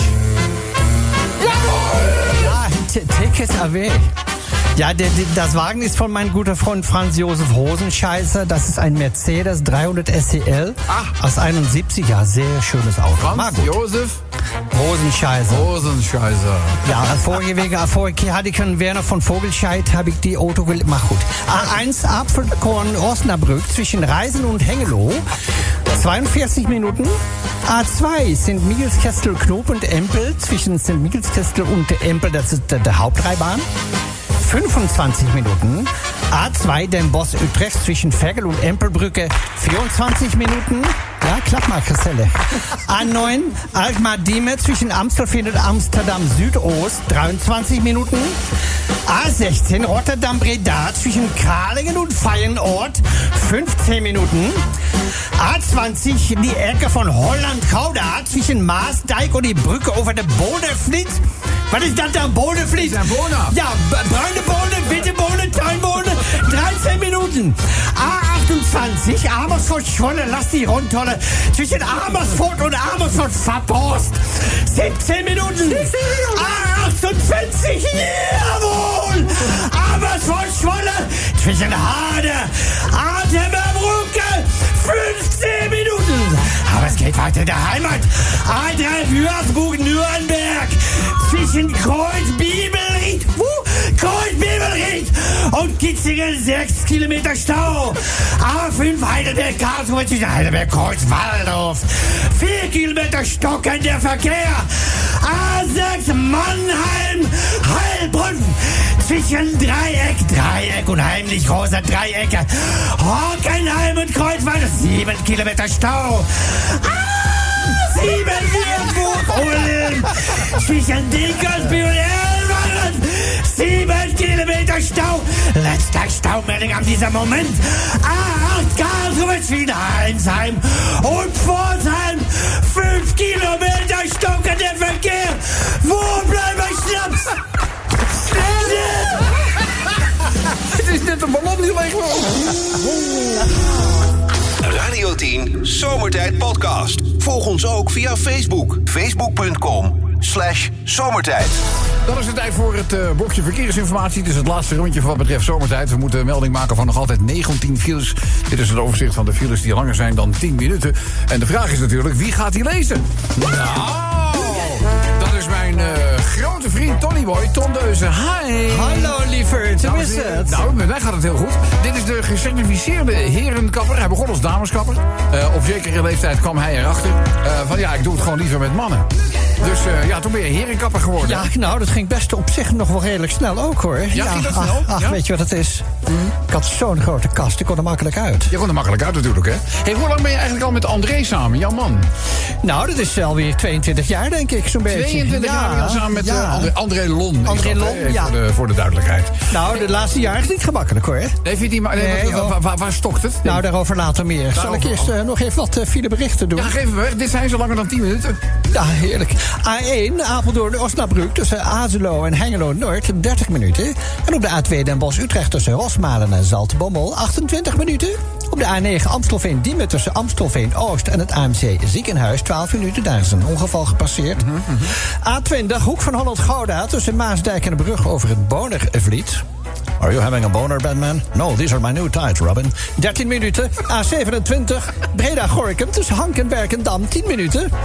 Ja, t- take it away. Ja, der, der, das Wagen ist von meinem guten Freund Franz Josef Rosenscheißer. Das ist ein Mercedes dreihundert S E L Ah. aus einundsiebzig. Ja, sehr schönes Auto. Franz Mag gut. Josef Rosenscheißer. Rosenscheißer. Ja, vorige Wege, vorige hatte ich einen Werner von Vogelscheidt, habe ich die Auto gel... Mach gut. A eins Apfelkorn Osnabrück zwischen Reisen und Hengelo. zweiundvierzig Minuten. A zwei Sankt Michaelskestel Knob und Empel zwischen Sankt Michaelskestel und Empel, das ist der, der Hauptreibahn. fünfundzwanzig Minuten. A zwei Den Bosch Utrecht zwischen Veghel und Empelbrücke. vierundzwanzig Minuten. Ja, klapp mal, Christelle. A neun Alkmaar-Diemen zwischen Amstelveen und Amsterdam Südost. dreiundzwanzig Minuten. A sechzehn Rotterdam-Breda zwischen Kralingen und Feyenoord. fünfzehn Minuten. A zwanzig die Ecke von Holland-Gouda zwischen Maasdijk und die Brücke over de Bodefliet. Was ist das da, Bodefliet? Das ist ein Bohne. Ja, braune Bohne, bitte Bohne, Teilbohne. dreizehn Minuten. A achtundzwanzig Amersfoort-Schwolle, lass die Rundtolle zwischen Amersfoort und Amersfoort-Verpost. siebzehn Minuten. A achtundvierzig, jawohl. Amersfoort-Schwolle zwischen Hade, Atemerbrücke. fünfzehn Minuten. Aber es geht weiter in der Heimat. A drei Würzburg-Nürnberg zwischen Kreuz-Bibelried, uh, Kreuz-Bibelried und Kitzingen sechs Kilometer Stau. A fünf Heidelberg-Karlsruhe zwischen Heidelberg-Kreuz-Waldorf. vier Kilometer stockender Verkehr. A sechs Mannheim-Heilbronn zwischen Dreieck, Dreieck und heimlich rosa Dreiecke. Hockenheim und Kreuzwald, sieben Kilometer Stau. Ah, sieben Würzburg-Ulm zwischen Dinkelsbühl und Elmaren. Sieben Kilometer Stau. Letzter Staumeldung an diesem Moment. A acht Karlsruhe zwischen Heinsheim und Pforzheim. Fünf Kilometer stockender Verkehr. Wo bleibt mein Schnaps? Het is net een ballon die leeg loopt. Radio tien Zomertijd Podcast. Volg ons ook via Facebook. Facebook.com slash zomertijd. Dan is het tijd voor het uh, blokje verkeersinformatie. Het is het laatste rondje voor wat betreft zomertijd. We moeten een melding maken van nog altijd negentien files. Dit is het overzicht van de files die langer zijn dan tien minuten. En de vraag is natuurlijk, wie gaat die lezen? Nou, dat is mijn uh, grote vriend Tony Boy, Ton Deuze. Hi! Hallo lieverd, hoe Nou, is het? Nou, met mij gaat het heel goed. Dit is de gecertificeerde herenkapper. Hij begon als dameskapper. Uh, op zekere leeftijd kwam hij erachter. Uh, van ja, ik doe het gewoon liever met mannen. Dus uh, ja, toen ben je herenkapper geworden. Ja, nou, dat ging best op zich nog wel redelijk snel ook, hoor. Ja, ging dat snel? Ach, ach, Ja? weet je wat het is? Ik had zo'n grote kast, ik kon er makkelijk uit. Je kon er makkelijk uit natuurlijk, hè? Hey, hoe lang ben je eigenlijk al met André samen, jouw man? Nou, dat is alweer tweeëntwintig jaar, denk ik, zo'n beetje. tweeëntwintig Ja, jaar samen met ja. uh, André, André Lon. is André dat, Lon, hè? ja. Voor de, voor de duidelijkheid. Nou, de laatste jaren is niet gemakkelijk, hoor. Nee, vindt hij maar, nee, Nee, waar, oh. waar, waar, waar stokt het? Nou, daarover later meer. Zal ik Daarover- eerst uh, nog even wat uh, file berichten doen? Ja, geef hem weg. Dit zijn zo langer dan tien minuten. Ja, heerlijk. A één, Apeldoorn, Osnabrück tussen Azelo en Hengelo-Noord, dertig minuten. En op de A twee Den Bosch-Utrecht tussen Rosmalen en Zaltbommel, achtentwintig minuten. Op de A negen Amstelveen-Diemen tussen Amstelveen-Oost en het A M C ziekenhuis, twaalf minuten. Daar is een ongeval gepasseerd. A twintig, Hoek van Holland-Gouda tussen Maasdijk en de brug over het Bonervliet. Are you having a boner, Batman? No, these are my new tights, Robin. dertien minuten. A zevenentwintig, Breda-Gorinchem tussen Hank en Berkendam, tien minuten.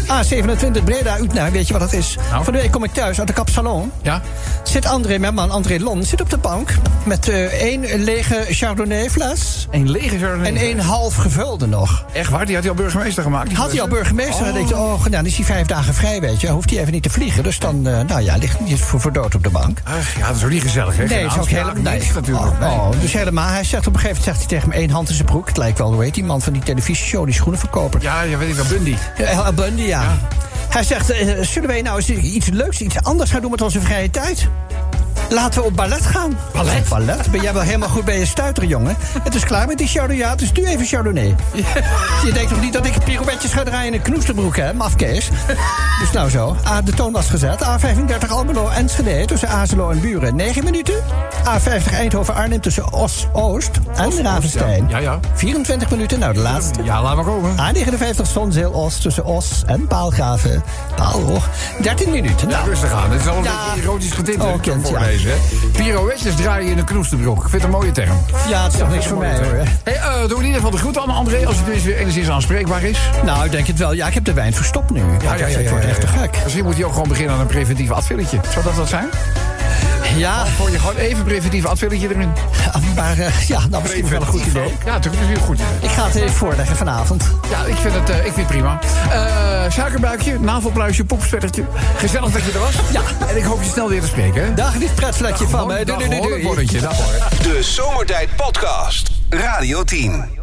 A zevenentwintig Breda, Utrecht. Weet je wat dat is? Nou. Van de week kom ik thuis uit de kapsalon. Ja? Zit André, mijn man André Lon, zit op de bank... met uh, één lege Chardonnay-fles... Een lege Chardonnay. En één half gevulde nog. Echt waar? Die had hij al burgemeester gemaakt? Had hij al burgemeester. Oh. Dan denk je, oh, nou, dan is hij vijf dagen vrij, weet je. Hoeft hij even niet te vliegen. Dus dan, uh, nou ja, ligt hij voor, voor dood op de bank. Ach, ja, dat is ook niet gezellig, hè? Nee, dat is ook helemaal nee, niks natuurlijk. Oh, Nee. oh, dus helemaal, hij zegt op een gegeven moment zegt hij tegen me... één hand in zijn broek. Het lijkt wel, hoe heet die man van die televisieshow, die schoenenverkoper. Ja, je weet ik wel, Bundy. Uh, Bundy, ja. ja. Hij zegt, uh, zullen wij nou eens iets leuks, iets anders gaan doen met onze vrije tijd? Laten we op ballet gaan. Ballet? Ballet? Ben jij wel helemaal goed bij je stuiteren, jongen? Het is klaar met die Chardonnay. Ja, dus nu even Chardonnay. Ja. Je denkt toch niet dat ik pirouetjes ga draaien in een knoesterbroek, hè? Mafkees. Dus nou zo. A, de toon was gezet. A vijfendertig Almelo en Enschede tussen Azelo en Buren. negen minuten. A vijftig Eindhoven-Arnhem tussen Os-Oost en Oost, Ravenstein. Ja, ja. vierentwintig minuten. Nou, de laatste. Ja, laat maar komen. A negenenvijftig Zonzeel-Oost tussen Os en Paalgraven. Paalhoog. dertien minuten. Ja, Nou, rustig aan. Het is al een Ja. beetje erotisch getint. Oh, hè, kind, ja. voorlezen, hè. Pirouetjes draaien in een knoesterbroek. Ik vind het een mooie term. ja, het is toch niks voor mij, hoor. Hey, uh, doe in ieder geval de groet aan André, als het dus weer enigszins aanspreekbaar is. Nou, ik denk het wel. Ja, ik heb de wijn verstopt nu. Ja, ja, ja, Het wordt ja, echt te ja. gek. Misschien moet hij ook gewoon beginnen aan een preventief advilletje. Zou dat wat zijn? Ja, Gooi je gewoon even een preventief advilletje erin. maar uh, ja, nou, misschien wel een goed idee. Ja, natuurlijk is het een goed idee. Ik ga het even voorleggen vanavond. Ja, ik vind het, uh, ik vind het prima. Uh, suikerbuikje, navelpluisje, poepsperretje. Gezellig dat je er was. Ja. En ik hoop je snel weer te spreken. Hè? Dag, dit pretfletje van me. Dag, Doei, doei, doei, hoor, doei. het bordetje. Dag hoor. De Zomertijd Podcast. Radio tien.